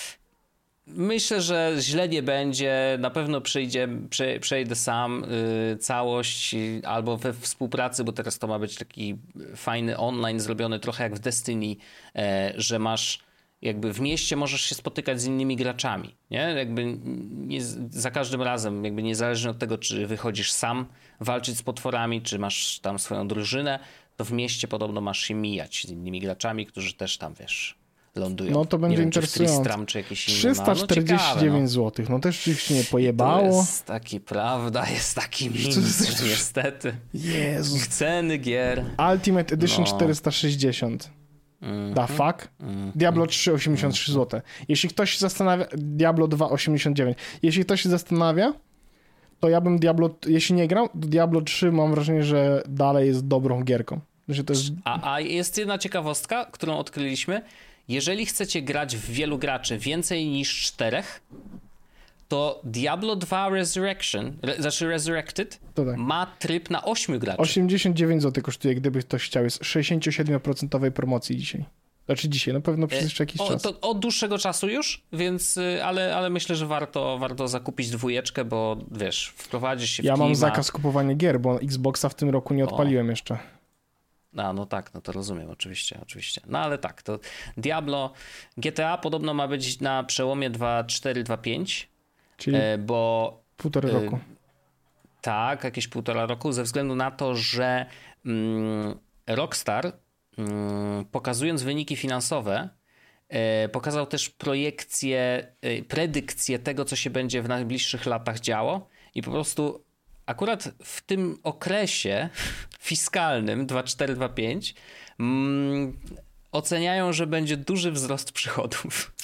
Myślę, że źle nie będzie. Na pewno przejdzie, prze, przejdę sam yy, całość yy, albo we współpracy, bo teraz to ma być taki fajny online zrobiony trochę jak w Destiny, yy, że masz jakby w mieście możesz się spotykać z innymi graczami, nie? Jakby nie, za każdym razem, jakby niezależnie od tego, czy wychodzisz sam walczyć z potworami, czy masz tam swoją drużynę, to w mieście podobno masz się mijać z innymi graczami, którzy też tam, wiesz, lądują. No to będzie nie wiem, interesujące. Czy w Tristram, czy jakiś inny. trzysta czterdzieści dziewięć złotych, no też oczywiście nie pojebało. To jest taki, prawda, jest taki minus, niestety. Jezus. Ceny gier. Ultimate Edition no. czterysta sześćdziesiąt. Mm-hmm. Da fuck? Mm-hmm. Diablo trzy osiemdziesiąt trzy złote. Jeśli ktoś się zastanawia, Diablo dwa osiemdziesiąt dziewięć. Jeśli ktoś się zastanawia, to ja bym Diablo, jeśli nie grał, to Diablo trzy mam wrażenie, że dalej jest dobrą gierką. Że to jest... a, a jest jedna ciekawostka, którą odkryliśmy. Jeżeli chcecie grać w wielu graczy więcej niż czterech, to Diablo dwa Resurrection, re, znaczy Resurrected, to tak. ma tryb na ośmiu graczy. osiemdziesiąt dziewięć złotych kosztuje, gdyby ktoś chciał. Jest sześćdziesiąt siedem procent promocji dzisiaj. Znaczy dzisiaj, no pewno przez jeszcze jakiś o, czas. To od dłuższego czasu już, więc, ale, ale myślę, że warto, warto zakupić dwójeczkę, bo wiesz, wprowadzisz się w Ja klima. mam zakaz kupowania gier, bo Xboxa w tym roku nie odpaliłem o. jeszcze. A, no tak, no to rozumiem, oczywiście, oczywiście. No ale tak, to Diablo, G T A podobno ma być na przełomie dwa cztery dwa pięć, czyli e, bo... półtorej e, roku. Tak, jakieś półtora roku, ze względu na to, że mm, Rockstar, mm, pokazując wyniki finansowe, e, pokazał też projekcje, e, predykcje tego, co się będzie w najbliższych latach działo i po prostu akurat w tym okresie fiskalnym dwa cztery dwa pięć mm, oceniają, że będzie duży wzrost przychodów.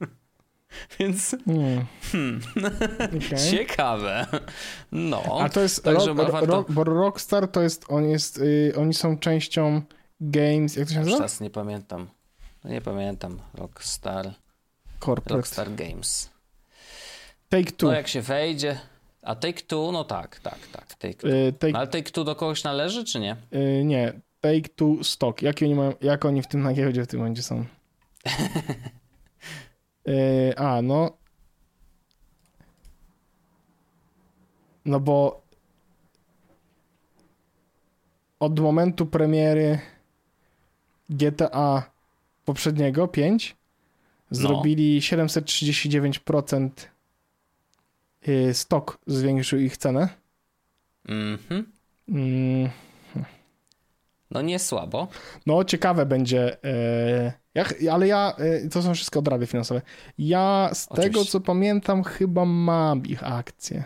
Więc Hmm. Hmm. Okay. Ciekawe. No. A to jest, Także ro, warto... ro, bo Rockstar to jest, on jest, yy, oni są częścią Games, jak to się nazywa? Teraz nie pamiętam. Nie pamiętam. Rockstar. Corporate. Rockstar Games. Take Two. No jak się wejdzie... A Take-Two, no tak, tak, tak. Take Yy, take... no, ale Take-Two do kogoś należy, czy nie? Yy, nie. Take Two Stock. Jak oni, mają, jak oni w tym na giełdzie w tym momencie są? Yy, a, no. No bo od momentu premiery G T A poprzedniego, pięć, no. zrobili siedemset trzydzieści dziewięć procent stok, zwiększył ich cenę. Mm-hmm. Mm. No nie słabo. No ciekawe będzie, e, Ja, ale ja, to są wszystko odrady finansowe. Ja z Oczywiście. tego, co pamiętam, chyba mam ich akcje.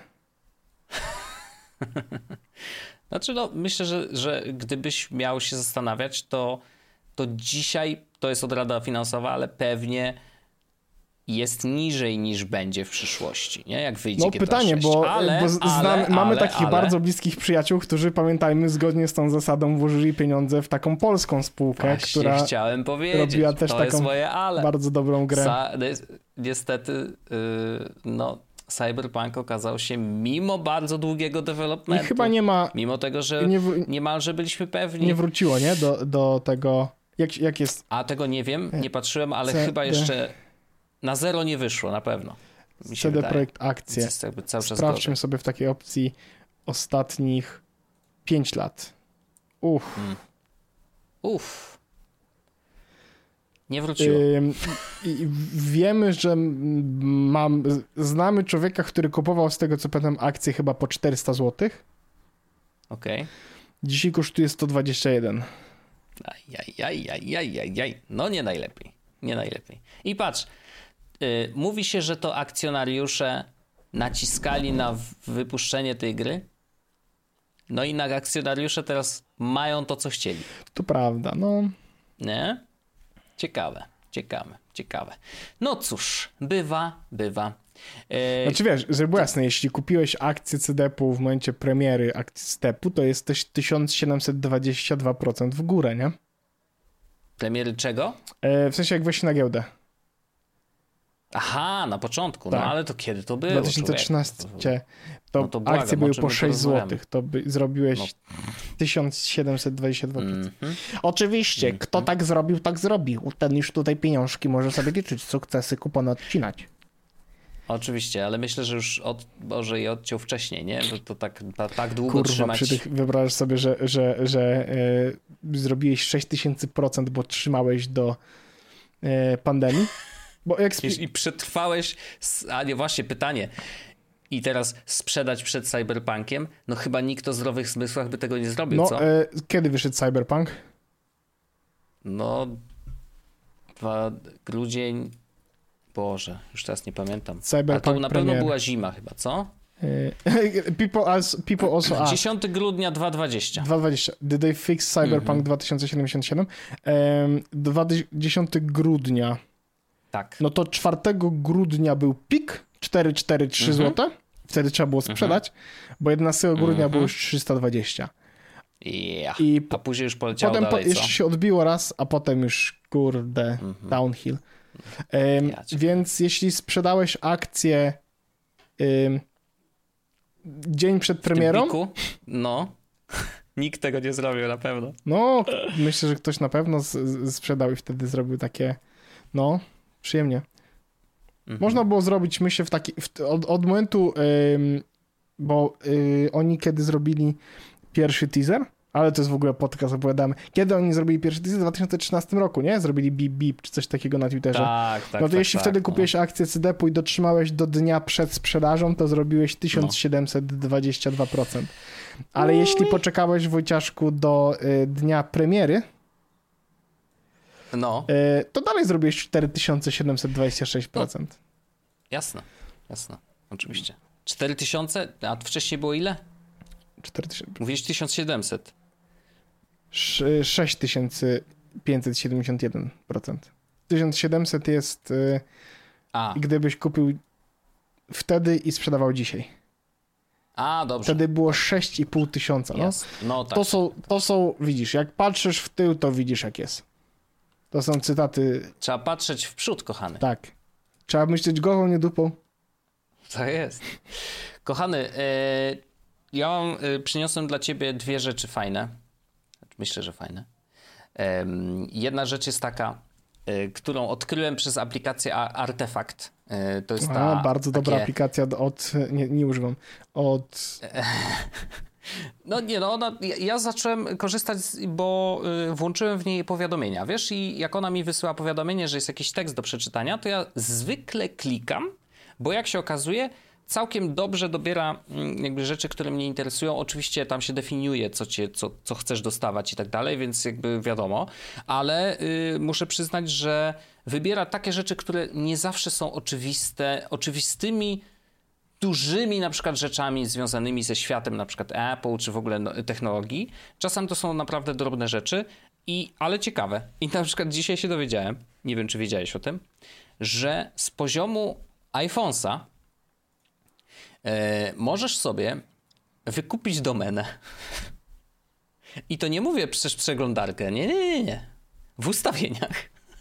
Znaczy, no, myślę, że, że gdybyś miał się zastanawiać, to, to dzisiaj to jest odrada finansowa, ale pewnie jest niżej niż będzie w przyszłości, nie? Jak wyjdzie No G T A pytanie, sześć. bo, ale, bo znam, ale, mamy ale, takich ale... bardzo bliskich przyjaciół, którzy, pamiętajmy, zgodnie z tą zasadą włożyli pieniądze w taką polską spółkę, Właśnie która chciałem powiedzieć, robiła też to taką jest moje ale. bardzo dobrą grę. Sa- niestety, yy, no... Cyberpunk okazał się mimo bardzo długiego developmentu. I chyba nie ma... Mimo tego, że nie w... niemalże byliśmy pewni. Nie wróciło, nie? Do, do tego... Jak, jak jest... A tego nie wiem, nie patrzyłem, ale C D... chyba jeszcze na zero nie wyszło, na pewno. Mi się C D wydaje. Projekt akcje. Sprawdźmy sobie w takiej opcji ostatnich pięć lat. Uff. Hmm. Uff. Nie wróciło. Yy, wiemy, że mam, znamy człowieka, który kupował z tego, co pamiętam, akcje chyba po czterysta złotych. Okej. Okay. Dzisiaj kosztuje sto dwadzieścia jeden. Ajajajajajajaj. No nie najlepiej. Nie najlepiej. I patrz, yy, mówi się, że to akcjonariusze naciskali na wypuszczenie tej gry. No i na akcjonariusze teraz mają to, co chcieli. To prawda, no. Nie? Ciekawe, ciekawe, ciekawe. No cóż, bywa, bywa. Yy... Znaczy wiesz, żeby było jasne, jeśli kupiłeś akcję C D P-u w momencie premiery akcji Stepu, to jesteś tysiąc siedemset dwadzieścia dwa procent w górę, nie? Premiery czego? Yy, w sensie jak wejść na giełdę. Aha, na początku, tak. No ale to kiedy to było? W dwa tysiące trzynastym to, no to błagam, akcje były po sześć złotych, to by zrobiłeś no. tysiąc siedemset dwadzieścia dwa procent. Mm-hmm. Oczywiście, mm-hmm. kto tak zrobił, tak zrobił. Ten już tutaj pieniążki może sobie liczyć, sukcesy, kupony odcinać. Oczywiście, ale myślę, że już od, Boże, je odciął wcześniej, nie? Bo to tak, ta, tak długo Kurwa, trzymać... przy tych wyobrażasz sobie, że, że, że yy, zrobiłeś sześć tysięcy procent, bo trzymałeś do yy, pandemii. Bo jak sp... I przetrwałeś, a nie, właśnie pytanie, i teraz sprzedać przed Cyberpunkiem? No chyba nikt o zdrowych zmysłach by tego nie zrobił, no, co? E, kiedy wyszedł Cyberpunk? No, dwa, grudzień, Boże, już teraz nie pamiętam. Cyberpunk a to na premier. pewno była zima chyba, co? E, people, as, people also ask. dziesiątego grudnia dwa tysiące dwudziestego. dwa tysiące dwudziestego. Did they fix Cyberpunk mm-hmm. dwa tysiące siedemdziesiąt siedem? Um, dziesiątego grudnia. Tak. No to czwartego grudnia był pik, cztery cztery trzy mm-hmm. złote. Wtedy trzeba było sprzedać, mm-hmm. bo jedenastego grudnia mm-hmm. było już trzysta dwadzieścia. Yeah. I a później już poleciało potem dalej, po, jeszcze się odbiło raz, a potem już, kurde, mm-hmm. downhill. Um, ja więc jeśli sprzedałeś akcję um, dzień przed premierą... W tym piku? No. Nikt tego nie zrobił na pewno. No, myślę, że ktoś na pewno z, z sprzedał i wtedy zrobił takie, no, przyjemnie. Mhm. Można było zrobić, myślę, w taki, w, od, od momentu, ym, bo y, oni kiedy zrobili pierwszy teaser, ale to jest w ogóle podcast, opowiadamy. Kiedy oni zrobili pierwszy teaser? W dwa tysiące trzynastym roku, nie? Zrobili bip bip czy coś takiego na Twitterze. Tak, tak, No to tak, jeśli tak, wtedy no. kupiłeś akcję C D P-u i dotrzymałeś do dnia przed sprzedażą, to zrobiłeś tysiąc siedemset dwadzieścia dwa procent. Ale Uj. jeśli poczekałeś, Wojciaszku, do y, dnia premiery, no. y, to dalej zrobiłeś cztery tysiące siedemset dwadzieścia sześć procent. No. Jasne, jasne, oczywiście. cztery tysiące? A wcześniej było ile? cztery tysiące. Mówisz tysiąc siedemset. sześć tysięcy pięćset siedemdziesiąt jeden procent. tysiąc siedemset jest, y, A. gdybyś kupił wtedy i sprzedawał dzisiaj. A, dobrze. Wtedy było sześć i pół tysiąca. No? Yes. No tak. To są, to są, widzisz, jak patrzysz w tył, to widzisz jak jest. To są cytaty. Trzeba patrzeć w przód, kochany. Tak. Trzeba myśleć głową, nie dupą. To jest. Kochany, yy, ja mam, yy, przyniosłem dla ciebie dwie rzeczy fajne. Myślę, że fajne. Yy, jedna rzecz jest taka, yy, którą odkryłem przez aplikację Artefakt. Yy, to jest ta, A, bardzo takie... dobra aplikacja od... Nie, nie używam. Od... No nie, no ona, ja, ja zacząłem korzystać, z, bo y, włączyłem w niej powiadomienia, wiesz, i jak ona mi wysyła powiadomienie, że jest jakiś tekst do przeczytania, to ja zwykle klikam, bo jak się okazuje, całkiem dobrze dobiera jakby rzeczy, które mnie interesują. Oczywiście tam się definiuje, co, cię, co, co chcesz dostawać i tak dalej, więc jakby wiadomo, ale y, muszę przyznać, że wybiera takie rzeczy, które nie zawsze są oczywiste, oczywistymi, dużymi na przykład rzeczami związanymi ze światem na przykład Apple, czy w ogóle no, technologii. Czasem to są naprawdę drobne rzeczy, i, ale ciekawe. I na przykład dzisiaj się dowiedziałem, nie wiem, czy wiedziałeś o tym, że z poziomu iPhone'a e, możesz sobie wykupić domenę. I to nie mówię przez przeglądarkę, nie, nie, nie, nie. W ustawieniach.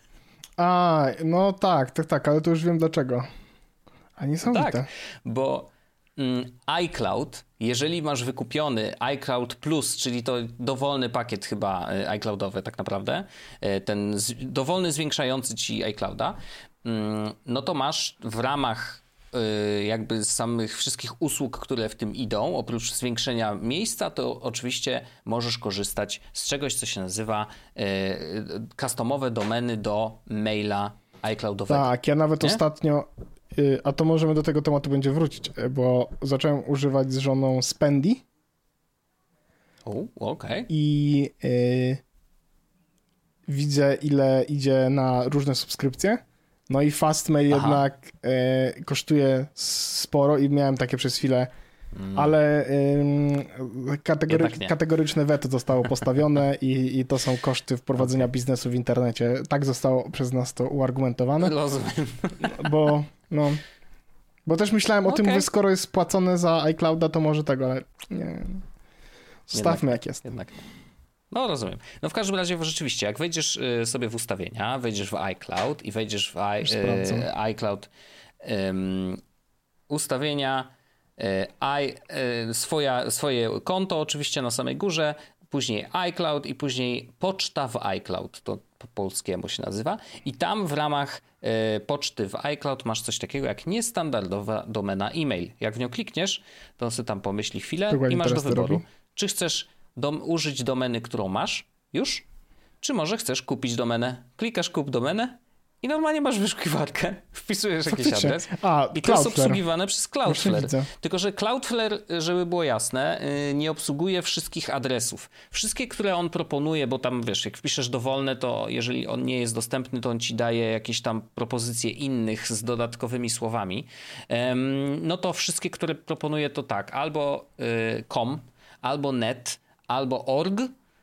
A, no tak, tak, tak, ale to już wiem dlaczego. A niesamowite. Tak, bo mm, iCloud, jeżeli masz wykupiony iCloud Plus, czyli to dowolny pakiet chyba y, iCloudowy tak naprawdę, y, ten z, dowolny zwiększający ci iClouda, y, no to masz w ramach y, jakby samych wszystkich usług, które w tym idą, oprócz zwiększenia miejsca, to oczywiście możesz korzystać z czegoś, co się nazywa y, customowe domeny do maila iCloudowego. Tak, ja nawet nie? ostatnio... A to możemy do tego tematu będzie wrócić, bo zacząłem używać z żoną Spendi. O, okej. Okay. I y, widzę, ile idzie na różne subskrypcje. No i Fastmail Aha. jednak y, kosztuje sporo i miałem takie przez chwilę, mm. ale y, kategory, kategoryczne weto zostało postawione i, i to są koszty wprowadzenia okay. biznesu w internecie. Tak zostało przez nas to uargumentowane. Rozumiem. Bo... No, bo też myślałem o okay. tym, że skoro jest płacone za iClouda, to może tego, ale nie. Zostawmy jak jest. Jednak. No rozumiem. No w każdym razie rzeczywiście, jak wejdziesz y, sobie w ustawienia, wejdziesz w iCloud i wejdziesz w i, y, iCloud um, ustawienia, y, i, y, swoja, swoje konto oczywiście na samej górze, później iCloud i później poczta w iCloud, to po polskiemu się nazywa. I tam w ramach y, poczty w iCloud masz coś takiego jak niestandardowa domena e-mail. Jak w nią klikniesz, to on sobie tam pomyśli chwilę Dokładnie i masz do wyboru. Robi. Czy chcesz dom- użyć domeny, którą masz już, czy może chcesz kupić domenę. Klikasz kup domenę i normalnie masz wyszukiwarkę, wpisujesz Faktycznie. jakiś adres A, i to jest obsługiwane przez Cloudflare. Tylko, że Cloudflare, żeby było jasne, nie obsługuje wszystkich adresów. Wszystkie, które on proponuje, bo tam wiesz, jak wpiszesz dowolne, to jeżeli on nie jest dostępny, to on ci daje jakieś tam propozycje innych z dodatkowymi słowami. No to wszystkie, które proponuje, to tak, albo com, albo net, albo org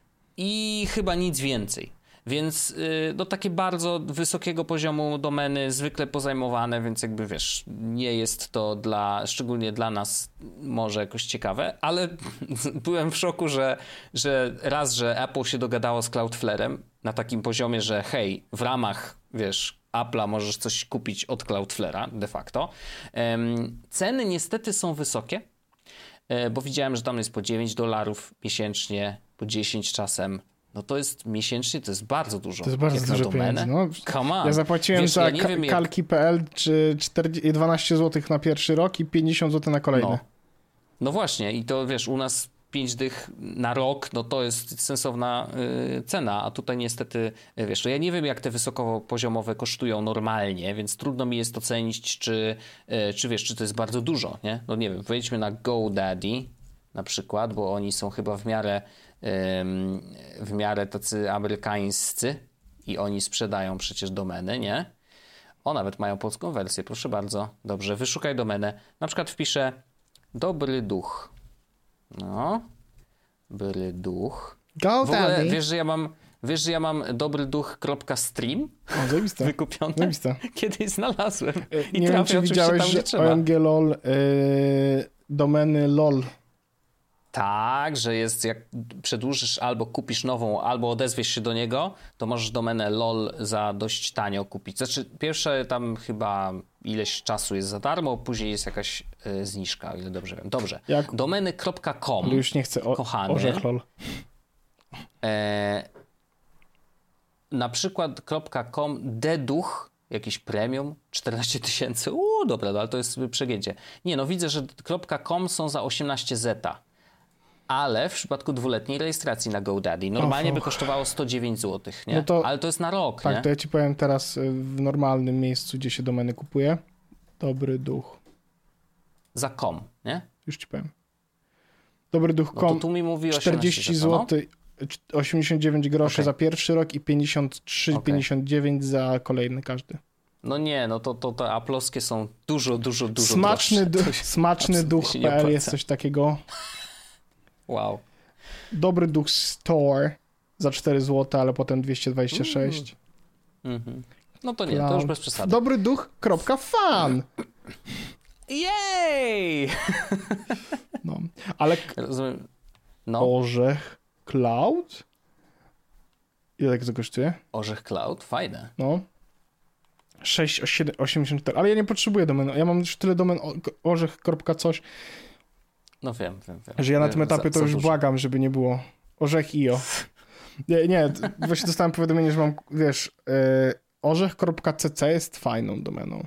i chyba nic więcej. Więc no takie bardzo wysokiego poziomu domeny, zwykle pozajmowane, więc jakby wiesz, nie jest to dla, szczególnie dla nas może jakoś ciekawe, ale byłem w szoku, że, że raz, że Apple się dogadało z Cloudflarem na takim poziomie, że hej, w ramach, wiesz, Apple'a możesz coś kupić od Cloudflare'a de facto. Um, ceny niestety są wysokie, bo widziałem, że tam jest po dziewięć dolarów miesięcznie, po dziesięć czasem. No to jest miesięcznie, to jest bardzo dużo. To jest bardzo dużo pieniędzy. No. Come on. Ja zapłaciłem Wiesz, za ja ka- wiem, kalki kropka pe el czy dwanaście złotych na pierwszy rok i pięćdziesiąt złotych na kolejny. No. no właśnie i to wiesz, u nas pięć dych na rok, no to jest sensowna y, cena, a tutaj niestety, wiesz, ja nie wiem jak te wysokopoziomowe kosztują normalnie, więc trudno mi jest ocenić, czy, y, czy wiesz, czy to jest bardzo dużo, nie? No nie wiem, wejdźmy na GoDaddy na przykład, bo oni są chyba w miarę w miarę tacy amerykańscy i oni sprzedają przecież domeny, nie? O, nawet mają polską wersję, proszę bardzo. Dobrze, wyszukaj domenę. Na przykład wpiszę dobry duch. No, dobry duch. Go w ogóle, wiesz, że ja mam wiesz, że ja mam dobry duch.stream wykupione? Zajebiste. Kiedyś znalazłem. I nie wiem, czy widziałeś, tam, że O M G lol yy, domeny lol. Tak, że jest jak przedłużysz albo kupisz nową, albo odezwiesz się do niego, to możesz domenę lol za dość tanio kupić. Znaczy pierwsze tam chyba ileś czasu jest za darmo, później jest jakaś y, zniżka, o ile dobrze wiem. Dobrze. Jak? domeny kropka com. Ale już nie chcę o, kochany, orzech lol. E, na przykład .com deduch jakiś premium, czternaście tysięcy. Uuu, dobra, no, ale to jest sobie przegięcie. Nie, no widzę, że .com są za osiemnaście zeta. Ale w przypadku dwuletniej rejestracji na GoDaddy normalnie by kosztowało sto dziewięć złotych, nie? No to, ale to jest na rok, tak, nie? to ja ci powiem teraz w normalnym miejscu, gdzie się domeny kupuje. Dobry duch. za com, nie? Już ci powiem. Dobry duch No com, to tu mi mówi czterdzieści złotych, osiemdziesiąt dziewięć groszy okay. za pierwszy rok i pięćdziesiąt trzy pięćdziesiąt dziewięć okay. za kolejny każdy. No nie, no to, to te aplowskie są dużo, dużo, dużo Smaczny, droższe. du- smaczny duch kropka p l jest coś takiego. Wow. Dobry duch store za cztery złote, ale potem dwieście dwadzieścia sześć. Mm. Mm-hmm. No to nie, to już bez przesady. Dobry duch kropka fan. Jej! No, ale Rozumiem. No. Orzech Cloud? Ile tak to kosztuje? Orzech Cloud? Fajne. No. sześć osiemdziesiąt cztery, ale ja nie potrzebuję domenu. Ja mam już tyle domen orzech kropka coś, no wiem, wiem, wiem. że ja na tym etapie za, to już dużo. błagam, żeby nie było orzech i o. Nie, nie, właśnie dostałem powiadomienie, że mam, wiesz, yy, orzech kropka c c jest fajną domeną.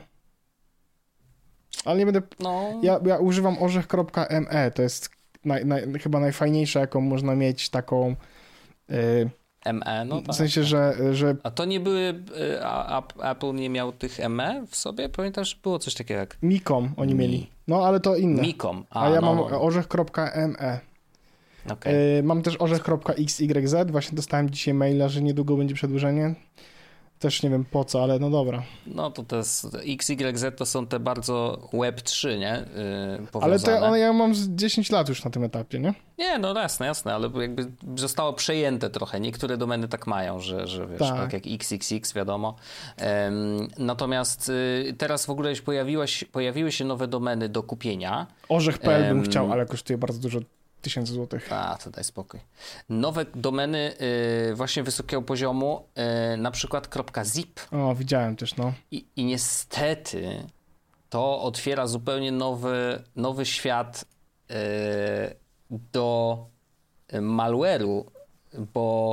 Ale nie będę... No. Ja, ja używam orzech kropka m e, to jest naj, naj, chyba najfajniejsza, jaką można mieć taką... Yy, M E, no tak. W sensie, że... że... A to nie były... A, a, Apple nie miał tych M E w sobie? Pamiętam, że było coś takiego jak... Micom oni Mi. mieli. No, ale to inne. Micom. A, A ja no, mam no. orzech kropka m e. Okay. Yy, mam też orzech kropka x y z. Właśnie dostałem dzisiaj maila, że niedługo będzie przedłużenie. Też nie wiem po co, ale no dobra. No to to jest... X Y Z to są te bardzo web trzy, nie? Yy, ale to ja, ja mam z dziesięć lat już na tym etapie, nie? Nie, no jasne, jasne, ale jakby zostało przejęte trochę. Niektóre domeny tak mają, że, że wiesz, tak, tak jak X X X, wiadomo. Um, natomiast y, teraz w ogóle pojawiła się, pojawiły się nowe domeny do kupienia. orzech kropka p l um, bym chciał, ale kosztuje bardzo dużo tysięcy złotych. A, to daj spokój. Nowe domeny y, właśnie wysokiego poziomu, y, na przykład .zip. O, widziałem też, no. I, I niestety to otwiera zupełnie nowy, nowy świat y, do malware'u, bo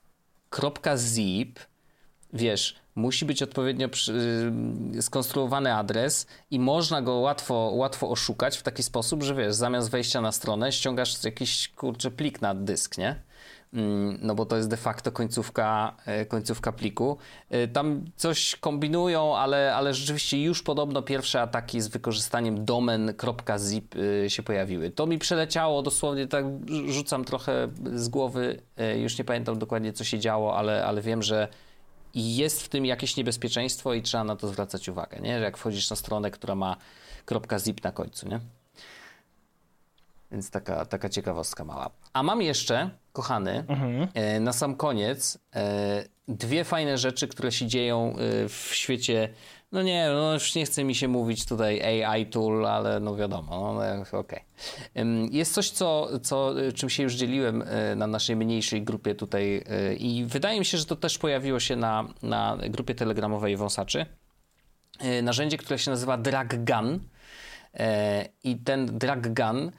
.zip, wiesz, musi być odpowiednio przy, skonstruowany adres i można go łatwo, łatwo oszukać w taki sposób, że wiesz, zamiast wejścia na stronę ściągasz jakiś, kurczę, plik na dysk, nie? No bo to jest de facto końcówka, końcówka pliku. Tam coś kombinują, ale, ale rzeczywiście już podobno pierwsze ataki z wykorzystaniem domen .zip się pojawiły. To mi przeleciało dosłownie, tak rzucam trochę z głowy, już nie pamiętam dokładnie co się działo, ale, ale wiem, że jest w tym jakieś niebezpieczeństwo i trzeba na to zwracać uwagę, nie? Że jak wchodzisz na stronę, która ma .zip na końcu, nie? Więc taka, taka ciekawostka mała. A mam jeszcze, kochany, mhm. e, na sam koniec e, dwie fajne rzeczy, które się dzieją e, w świecie, no nie, no już nie chce mi się mówić tutaj A I tool, ale no wiadomo, no, okej. Okay. E, jest coś, co, co, czym się już dzieliłem e, na naszej mniejszej grupie tutaj e, i wydaje mi się, że to też pojawiło się na, na grupie telegramowej wąsaczy. E, narzędzie, które się nazywa Drag Gun e, i ten Drag Gun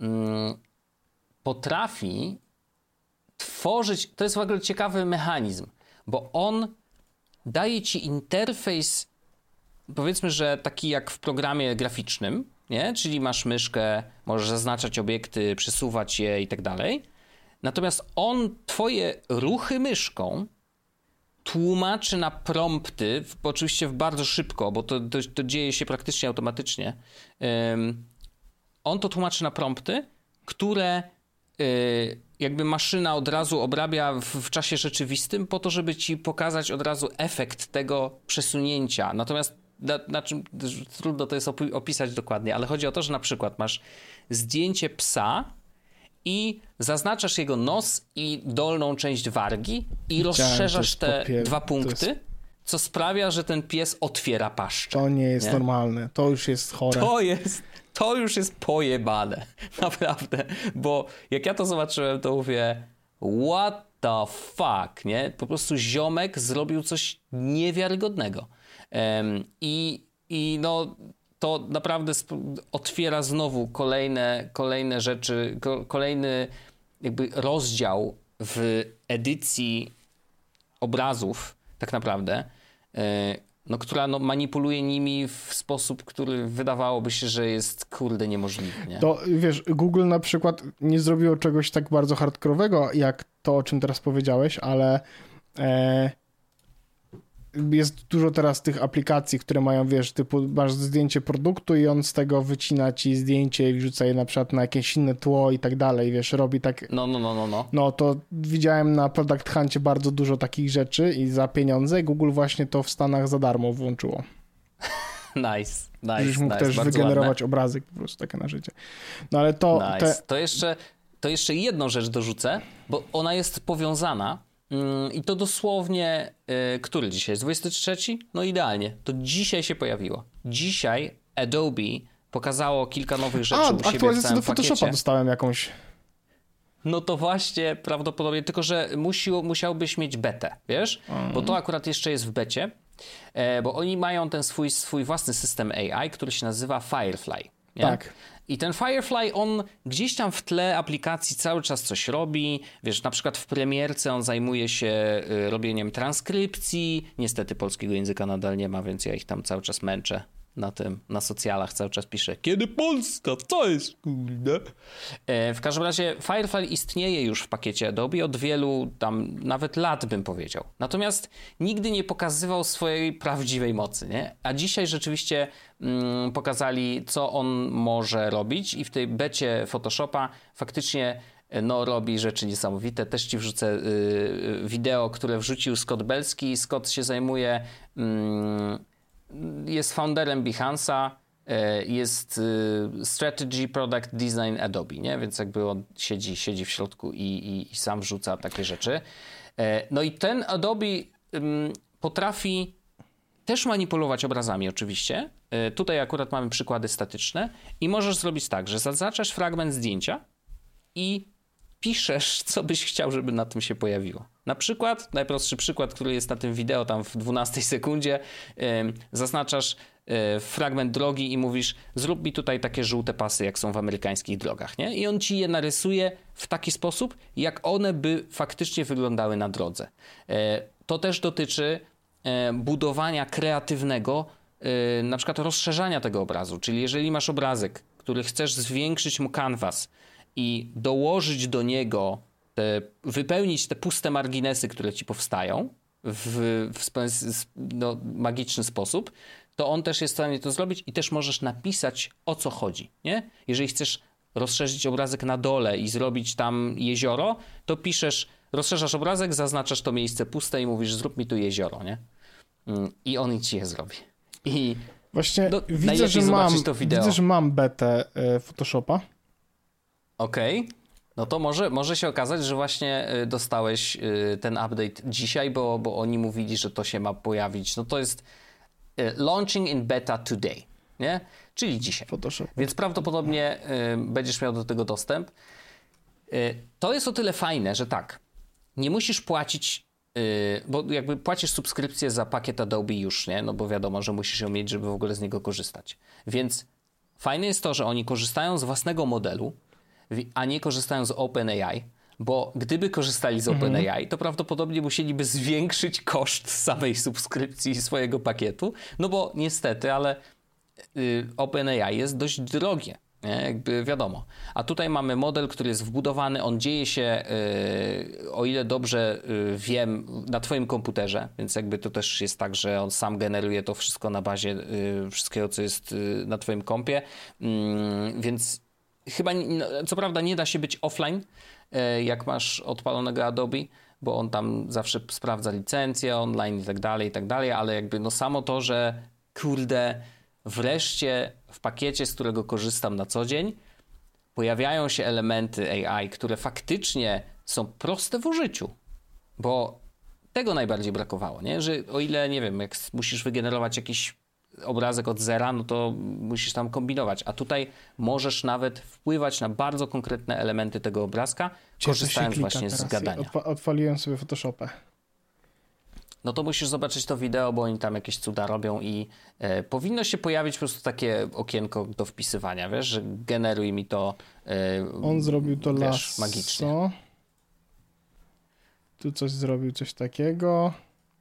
potrafi tworzyć, to jest w ogóle ciekawy mechanizm, bo on daje ci interfejs, powiedzmy, że taki jak w programie graficznym, nie? Czyli masz myszkę, możesz zaznaczać obiekty, przesuwać je i tak dalej. Natomiast on twoje ruchy myszką tłumaczy na prompty, w, oczywiście w bardzo szybko, bo to, to, to dzieje się praktycznie automatycznie. Um, On to tłumaczy na prompty, które y, jakby maszyna od razu obrabia w, w czasie rzeczywistym po to, żeby ci pokazać od razu efekt tego przesunięcia. Natomiast na, na czym trudno to jest opisać dokładnie, ale chodzi o to, że na przykład masz zdjęcie psa i zaznaczasz jego nos i dolną część wargi i rozszerzasz te popier... dwa punkty, jest... co sprawia, że ten pies otwiera paszczę. To nie jest nie? normalne, to już jest chore. To jest... To już jest pojebane, naprawdę, bo jak ja to zobaczyłem, to mówię, what the fuck, nie? Po prostu ziomek zrobił coś niewiarygodnego. Um, i, I no, to naprawdę otwiera znowu kolejne, kolejne rzeczy, ko, kolejny jakby rozdział w edycji obrazów, tak naprawdę, no, która no, manipuluje nimi w sposób, który wydawałoby się, że jest kurde niemożliwy. Nie? To wiesz, Google na przykład nie zrobiło czegoś tak bardzo hardkorowego, jak to, o czym teraz powiedziałeś, ale e, jest dużo teraz tych aplikacji, które mają, wiesz, typu masz zdjęcie produktu i on z tego wycina ci zdjęcie i wrzuca je na przykład na jakieś inne tło i tak dalej, wiesz, robi tak... No, no, no, no, no. No, to widziałem na Product Huncie bardzo dużo takich rzeczy i za pieniądze Google właśnie to w Stanach za darmo włączyło. Nice, nice, Żebyś mógł nice, też wygenerować ładne. Obrazek po prostu takie na życie. No ale to... Nice. Te... To jeszcze, to jeszcze jedną rzecz dorzucę, bo ona jest powiązana mm, i to dosłownie, y, który dzisiaj jest? dwudziesty trzeci? No idealnie. To dzisiaj się pojawiło. Dzisiaj Adobe pokazało kilka nowych rzeczy A, u siebie w całym aktualizację do Photoshopa pakiecie. dostałem jakąś. No to właśnie prawdopodobnie, tylko że musi, musiałbyś mieć betę, wiesz? Mm. Bo to akurat jeszcze jest w becie, e, bo oni mają ten swój, swój własny system A I, który się nazywa Firefly. Nie? Tak. I ten Firefly, on gdzieś tam w tle aplikacji cały czas coś robi. Wiesz, na przykład w premierce on zajmuje się y, robieniem transkrypcji. Niestety polskiego języka nadal nie ma, więc ja ich tam cały czas męczę. Na tym, na socjalach cały czas piszę, kiedy Polska, co jest, kurde? E, w każdym razie Firefly istnieje już w pakiecie Adobe od wielu tam nawet lat, bym powiedział. Natomiast nigdy nie pokazywał swojej prawdziwej mocy, nie? A dzisiaj rzeczywiście mm, pokazali, co on może robić i w tej becie Photoshopa faktycznie no robi rzeczy niesamowite. Też ci wrzucę y, wideo, które wrzucił Scott Belsky. Scott się zajmuje... Mm, jest founderem Behance'a, jest Strategy Product Design Adobe, nie? Więc jakby on siedzi, siedzi w środku i, i, i sam wrzuca takie rzeczy. No i ten Adobe um, potrafi też manipulować obrazami oczywiście. Tutaj akurat mamy przykłady statyczne i możesz zrobić tak, że zaznaczasz fragment zdjęcia i piszesz, co byś chciał, żeby na tym się pojawiło. Na przykład, najprostszy przykład, który jest na tym wideo, tam w dwunastej sekundzie, yy, zaznaczasz yy, fragment drogi i mówisz, zrób mi tutaj takie żółte pasy, jak są w amerykańskich drogach, nie? I on ci je narysuje w taki sposób, jak one by faktycznie wyglądały na drodze. Yy, to też dotyczy yy, budowania kreatywnego, yy, na przykład rozszerzania tego obrazu, czyli jeżeli masz obrazek, który chcesz zwiększyć mu kanwas, i dołożyć do niego, te, wypełnić te puste marginesy, które ci powstają w, w no, magiczny sposób, to on też jest w stanie to zrobić i też możesz napisać, o co chodzi, nie? Jeżeli chcesz rozszerzyć obrazek na dole i zrobić tam jezioro, to piszesz, rozszerzasz obrazek, zaznaczasz to miejsce puste i mówisz, zrób mi tu jezioro, nie? I on ci je zrobi. I właśnie no, widzę, że mam, to wideo. widzę, że mam betę y, Photoshopa. Okej, okay. No to może, może się okazać, że właśnie dostałeś ten update dzisiaj, bo, bo oni mówili, że to się ma pojawić. No to jest launching in beta today, nie? Czyli dzisiaj. Photoshop. Więc prawdopodobnie y, będziesz miał do tego dostęp. Y, to jest o tyle fajne, że tak, nie musisz płacić, y, bo jakby płacisz subskrypcję za pakiet Adobe już, nie? No bo wiadomo, że musisz ją mieć, żeby w ogóle z niego korzystać. Więc fajne jest to, że oni korzystają z własnego modelu, a nie korzystają z OpenAI, bo gdyby korzystali z OpenAI, mhm. to prawdopodobnie musieliby zwiększyć koszt samej subskrypcji swojego pakietu, no bo niestety, ale y, OpenAI jest dość drogie, nie? Jakby wiadomo. A tutaj mamy model, który jest wbudowany, on dzieje się, y, o ile dobrze y, wiem, na twoim komputerze, więc jakby to też jest tak, że on sam generuje to wszystko na bazie y, wszystkiego, co jest y, na twoim kompie, y, więc chyba, co prawda nie da się być offline, jak masz odpalonego Adobe, bo on tam zawsze sprawdza licencję online i tak dalej, i tak dalej, ale jakby no samo to, że kurde, wreszcie w pakiecie, z którego korzystam na co dzień, pojawiają się elementy A I, które faktycznie są proste w użyciu, bo tego najbardziej brakowało, nie? Że o ile, nie wiem, jak musisz wygenerować jakiś obrazek od zera, no to musisz tam kombinować. A tutaj możesz nawet wpływać na bardzo konkretne elementy tego obrazka, korzystając właśnie z gadania. Odpa- odpaliłem sobie Photoshopę. No to musisz zobaczyć to wideo, bo oni tam jakieś cuda robią i e, powinno się pojawić po prostu takie okienko do wpisywania, wiesz, że generuj mi to e, On zrobił to wiesz, lasso. magicznie. Tu coś zrobił, coś takiego.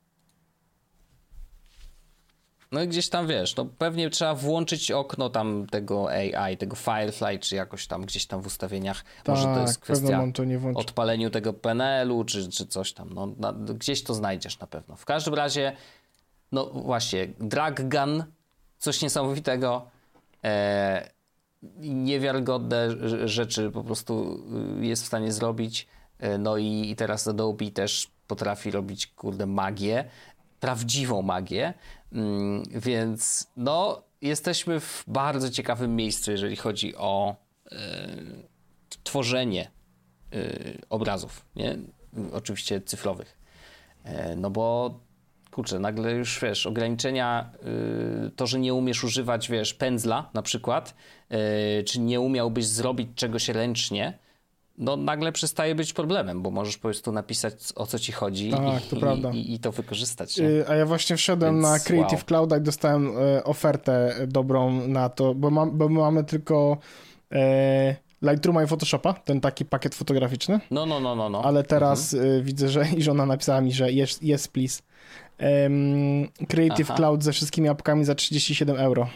No i gdzieś tam, wiesz, no pewnie trzeba włączyć okno tam tego A I, tego Firefly, czy jakoś tam gdzieś tam w ustawieniach. Tak, może to jest kwestia on to nie odpaleniu tego panelu, czy, czy coś tam. No, na, gdzieś to znajdziesz na pewno. W każdym razie no właśnie, drag gun, coś niesamowitego, e, niewiarygodne rzeczy po prostu jest w stanie zrobić, e, no i, i teraz Adobe też potrafi robić, kurde, magię, prawdziwą magię, mm, więc no jesteśmy w bardzo ciekawym miejscu, jeżeli chodzi o e, tworzenie e, obrazów, nie? Oczywiście cyfrowych. E, no bo kurczę, nagle już, wiesz, ograniczenia, yy, to, że nie umiesz używać, wiesz, pędzla na przykład, yy, czy nie umiałbyś zrobić czegoś ręcznie, no nagle przestaje być problemem, bo możesz po prostu napisać, o co ci chodzi tak, i, to i, prawda. i, i to wykorzystać. Yy, a ja właśnie wszedłem Więc, na Creative wow. Clouda i dostałem y, ofertę dobrą na to, bo, mam, bo my mamy tylko y, Lightrooma i Photoshopa, ten taki pakiet fotograficzny. No, no, no, no. no. Ale teraz mhm. y, widzę, że i żona napisała mi, że yes, yes please. Um, Creative Aha. Cloud ze wszystkimi apkami za trzydzieści siedem euro.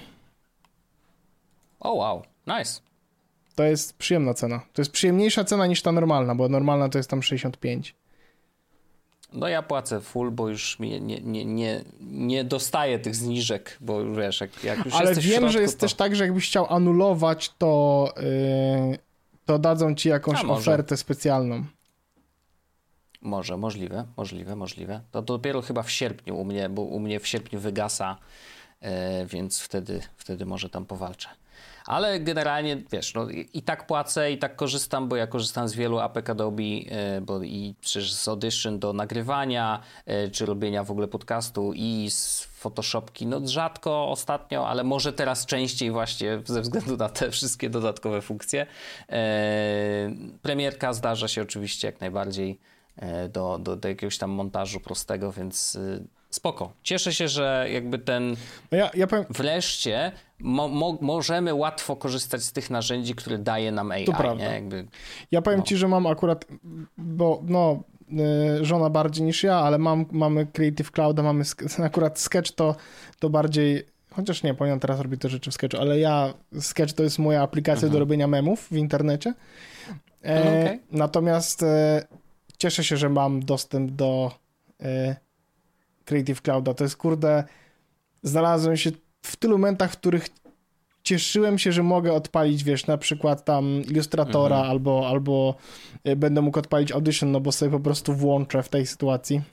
O oh, wow, nice. To jest przyjemna cena. To jest przyjemniejsza cena niż ta normalna, bo normalna to jest tam sześćdziesiąt pięć. No ja płacę full, bo już nie, nie, nie, nie, nie dostaję tych zniżek, bo wiesz, jak, jak już Ale jesteś wiem, w środku, że jest to... też tak, że jakbyś chciał anulować, to, yy, to dadzą ci jakąś ofertę specjalną. Może, możliwe, możliwe, możliwe. To dopiero chyba w sierpniu u mnie, bo u mnie w sierpniu wygasa, e, więc wtedy, wtedy może tam powalczę. Ale generalnie, wiesz, no i, i tak płacę, i tak korzystam, bo ja korzystam z wielu apek Adobe, e, bo i przecież z Audition do nagrywania, e, czy robienia w ogóle podcastu i z Photoshopki, no rzadko ostatnio, ale może teraz częściej właśnie ze względu na te wszystkie dodatkowe funkcje. E, premierka zdarza się oczywiście jak najbardziej, Do, do, do jakiegoś tam montażu prostego, więc y, spoko. Cieszę się, że jakby ten no ja, ja powiem... wreszcie mo, mo, możemy łatwo korzystać z tych narzędzi, które daje nam A I. To prawda. Nie? Jakby, ja powiem no. ci, że mam akurat, bo no y, żona bardziej niż ja, ale mam, mamy Creative Clouda, mamy sk- akurat Sketch to, to bardziej, chociaż nie, powiem teraz robić te rzeczy w Sketchu, ale ja, Sketch to jest moja aplikacja mhm. do robienia memów w internecie. E, no, okay. Natomiast e, cieszę się, że mam dostęp do y, Creative Clouda. To jest, kurde, znalazłem się w tylu momentach, w których cieszyłem się, że mogę odpalić, wiesz, na przykład tam Illustratora mhm. albo, albo y, będę mógł odpalić Audition, no bo sobie po prostu włączę w tej sytuacji.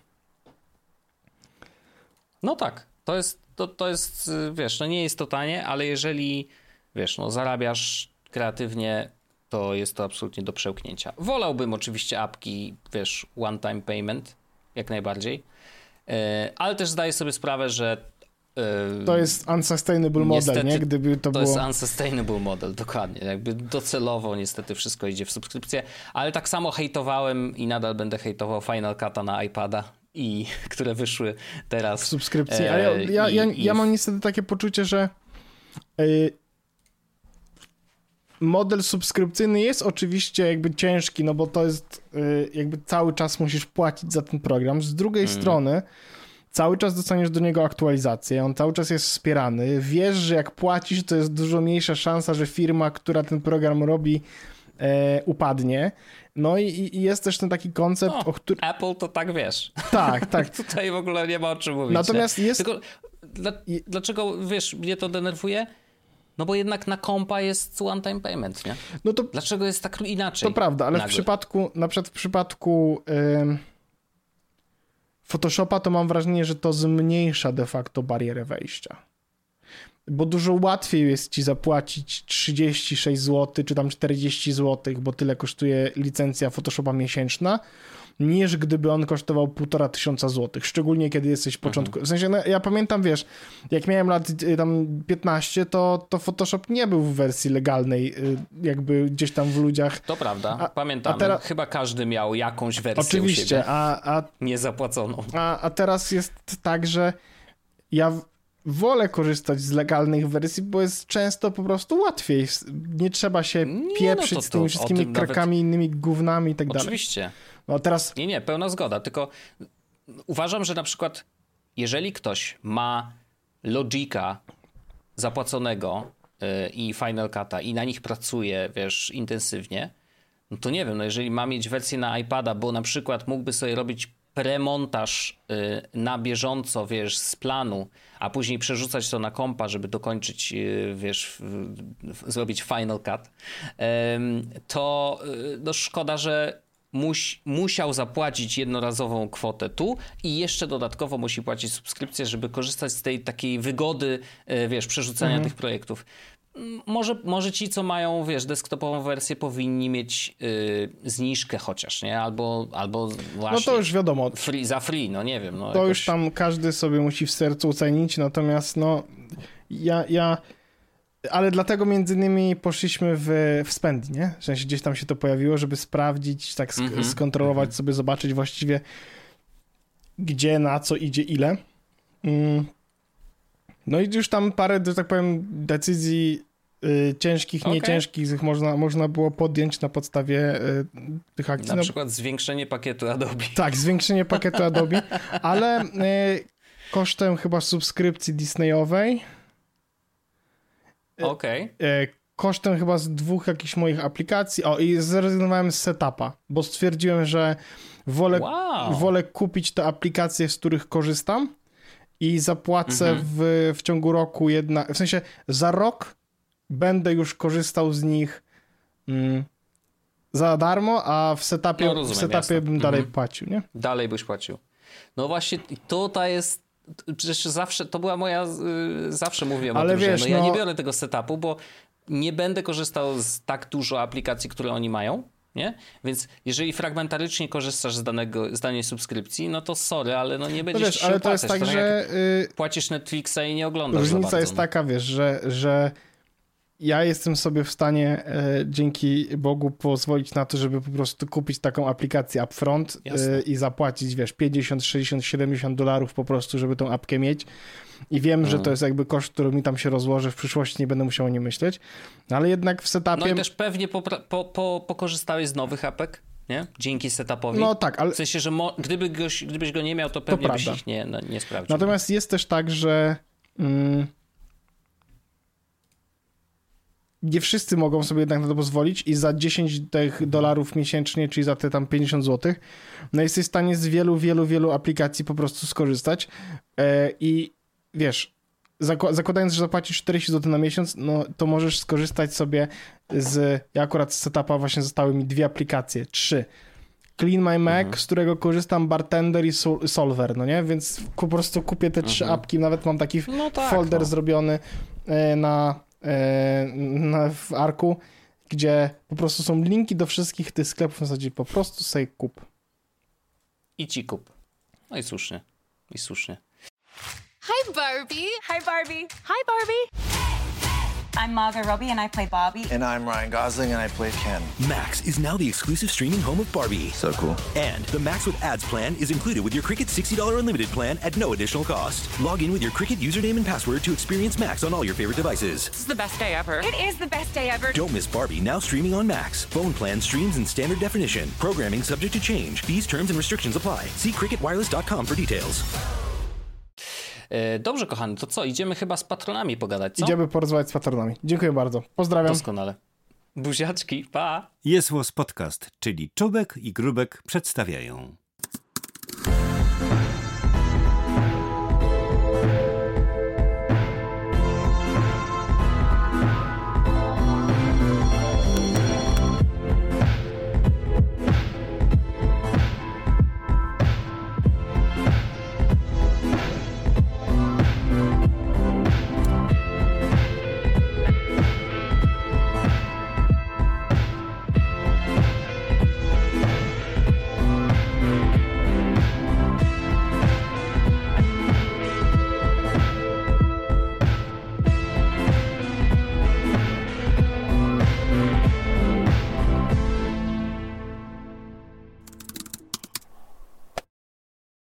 No tak, to jest, to, to jest, wiesz, no nie jest to tanie, ale jeżeli, wiesz, no zarabiasz kreatywnie, to jest to absolutnie do przełknięcia. Wolałbym oczywiście apki, wiesz, one time payment, jak najbardziej, yy, ale też zdaję sobie sprawę, że yy, to jest unsustainable model, nie? Gdyby to, to było... jest unsustainable model, dokładnie. Jakby docelowo niestety wszystko idzie w subskrypcję, ale tak samo hejtowałem i nadal będę hejtował Final Cut'a na iPada, i które wyszły teraz. W subskrypcji, yy, a ja, ja, ja, ja mam niestety takie poczucie, że yy, model subskrypcyjny jest oczywiście jakby ciężki, no bo to jest y, jakby cały czas musisz płacić za ten program. Z drugiej mm. strony cały czas dostaniesz do niego aktualizację, on cały czas jest wspierany. Wiesz, że jak płacisz, to jest dużo mniejsza szansa, że firma, która ten program robi, e, upadnie. No i, i jest też ten taki koncept, no, o którym... Apple to tak wiesz. Tak, tak. Tutaj w ogóle nie ma o czym mówić. Natomiast nie? jest... Tylko dla, dlaczego, wiesz, mnie to denerwuje? No bo jednak na kompa jest one time payment, nie? No to, dlaczego jest tak inaczej? To prawda, ale nagle? w przypadku, na przykład w przypadku yy, Photoshopa to mam wrażenie, że to zmniejsza de facto barierę wejścia. Bo dużo łatwiej jest ci zapłacić trzydzieści sześć złotych czy tam czterdzieści złotych, bo tyle kosztuje licencja Photoshopa miesięczna, niż gdyby on kosztował półtora tysiąca złotych, szczególnie kiedy jesteś w początku. Mhm. W sensie, no, ja pamiętam, wiesz, jak miałem lat tam piętnaście, to, to Photoshop nie był w wersji legalnej, jakby gdzieś tam w ludziach. To prawda, a, pamiętam. A teraz... Chyba każdy miał jakąś wersję Oczywiście, u siebie a, a, niezapłaconą. A, a teraz jest tak, że ja wolę korzystać z legalnych wersji, bo jest często po prostu łatwiej. Nie trzeba się nie, pieprzyć no to, to, z tymi wszystkimi krakami, nawet... innymi gównami i tak dalej. Oczywiście. No teraz... Nie, nie, pełna zgoda, tylko uważam, że na przykład jeżeli ktoś ma Logica zapłaconego yy, i Final Cut'a i na nich pracuje, wiesz, intensywnie, no to nie wiem, no jeżeli ma mieć wersję na iPada, bo na przykład mógłby sobie robić premontaż y, na bieżąco, wiesz, z planu, a później przerzucać to na kompa, żeby dokończyć, y, wiesz, w, w, zrobić final cut, y, to y, no szkoda, że muś, musiał zapłacić jednorazową kwotę tu i jeszcze dodatkowo musi płacić subskrypcję, żeby korzystać z tej takiej wygody, y, wiesz, przerzucania mhm. tych projektów. Może, może ci, co mają, wiesz, desktopową wersję, powinni mieć yy, zniżkę chociaż, nie? Albo, albo właśnie... No to już wiadomo. Free, za free, no nie wiem. No to jakoś... już tam każdy sobie musi w sercu ocenić, natomiast no ja... ja... Ale dlatego między innymi poszliśmy w, w Spendi, nie? W sensie gdzieś tam się to pojawiło, żeby sprawdzić, tak sk- mm-hmm. skontrolować mm-hmm. sobie, zobaczyć właściwie gdzie, na co idzie, ile. Mm. No i już tam parę, że tak powiem, decyzji y, ciężkich, okay. nieciężkich można, można było podjąć na podstawie y, tych akcji. Na no, przykład zwiększenie pakietu Adobe. Tak, zwiększenie pakietu Adobe, ale y, kosztem chyba subskrypcji Disneyowej. Okej. Okay. Y, kosztem chyba z dwóch jakichś moich aplikacji. O, i zrezygnowałem z setupa, bo stwierdziłem, że wolę, wow. wolę kupić te aplikacje, z których korzystam, i zapłacę mhm. w, w ciągu roku jedna, w sensie za rok będę już korzystał z nich mm, za darmo, a w setupie, no, rozumiem, w setupie bym dalej mhm. płacił, nie? Dalej byś płacił. No właśnie tutaj jest, przecież zawsze, to była moja, zawsze mówiłem Ale o tym, wiesz, że no, no ja nie biorę tego setupu, bo nie będę korzystał z tak dużo aplikacji, które oni mają. Nie? Więc jeżeli fragmentarycznie korzystasz z, danego, z danej subskrypcji, no to sorry, ale no nie będziesz no wiesz, ale to jest tak, to że yy, płacisz Netflixa i nie oglądasz. Różnica bardzo, jest no. taka, wiesz, że, że ja jestem sobie w stanie e, dzięki Bogu pozwolić na to, żeby po prostu kupić taką aplikację upfront e, i zapłacić, wiesz, pięćdziesiąt, sześćdziesiąt, siedemdziesiąt dolarów po prostu, żeby tą apkę mieć. I wiem, hmm. że to jest jakby koszt, który mi tam się rozłoży, w przyszłości nie będę musiał o nim myśleć, no ale jednak w setupie... No i też pewnie po, po, po, pokorzystałeś z nowych apek, nie? Dzięki setupowi. No tak, ale... W sensie, że mo... Gdyby goś, gdybyś go nie miał, to pewnie to byś ich nie, no, nie sprawdził. Natomiast jest też tak, że... Mm, nie wszyscy mogą sobie jednak na to pozwolić i za dziesięć tych dolarów miesięcznie, czyli za te tam pięćdziesiąt złotych, no jesteś w stanie z wielu, wielu, wielu aplikacji po prostu skorzystać e, i wiesz, zakł- zakładając, że zapłacisz czterdzieści złotych na miesiąc, no to możesz skorzystać sobie z, ja akurat z setupa właśnie zostały mi dwie aplikacje, trzy. Clean My Mac, mhm. z którego korzystam, Bartender i Sol- Solver, no nie? Więc po prostu kupię te trzy mhm. apki, nawet mam taki no tak, folder no. zrobiony e, na Na, w Arku, gdzie po prostu są linki do wszystkich tych sklepów, w zasadzie po prostu sobie kup. I ci kup. No i słusznie. I słusznie. Hi Barbie. Hi Barbie. Hi Barbie. I'm Margot Robbie and I play Barbie. And I'm Ryan Gosling and I play Ken. Max is now the exclusive streaming home of Barbie. So cool. And the Max with Ads plan is included with your Cricket sixty dollars unlimited plan at no additional cost. Log in with your Cricket username and password to experience Max on all your favorite devices. This is the best day ever. It is the best day ever. Don't miss Barbie, now streaming on Max. Phone plan streams in standard definition. Programming subject to change. Fees, terms and restrictions apply. See cricket wireless dot com for details. Dobrze, kochany, to co? Idziemy chyba z patronami pogadać, co? Idziemy porozmawiać z patronami. Dziękuję bardzo. Pozdrawiam. Doskonale. Buziaczki, pa! Jest Podcast, czyli Czubek i Grubek przedstawiają.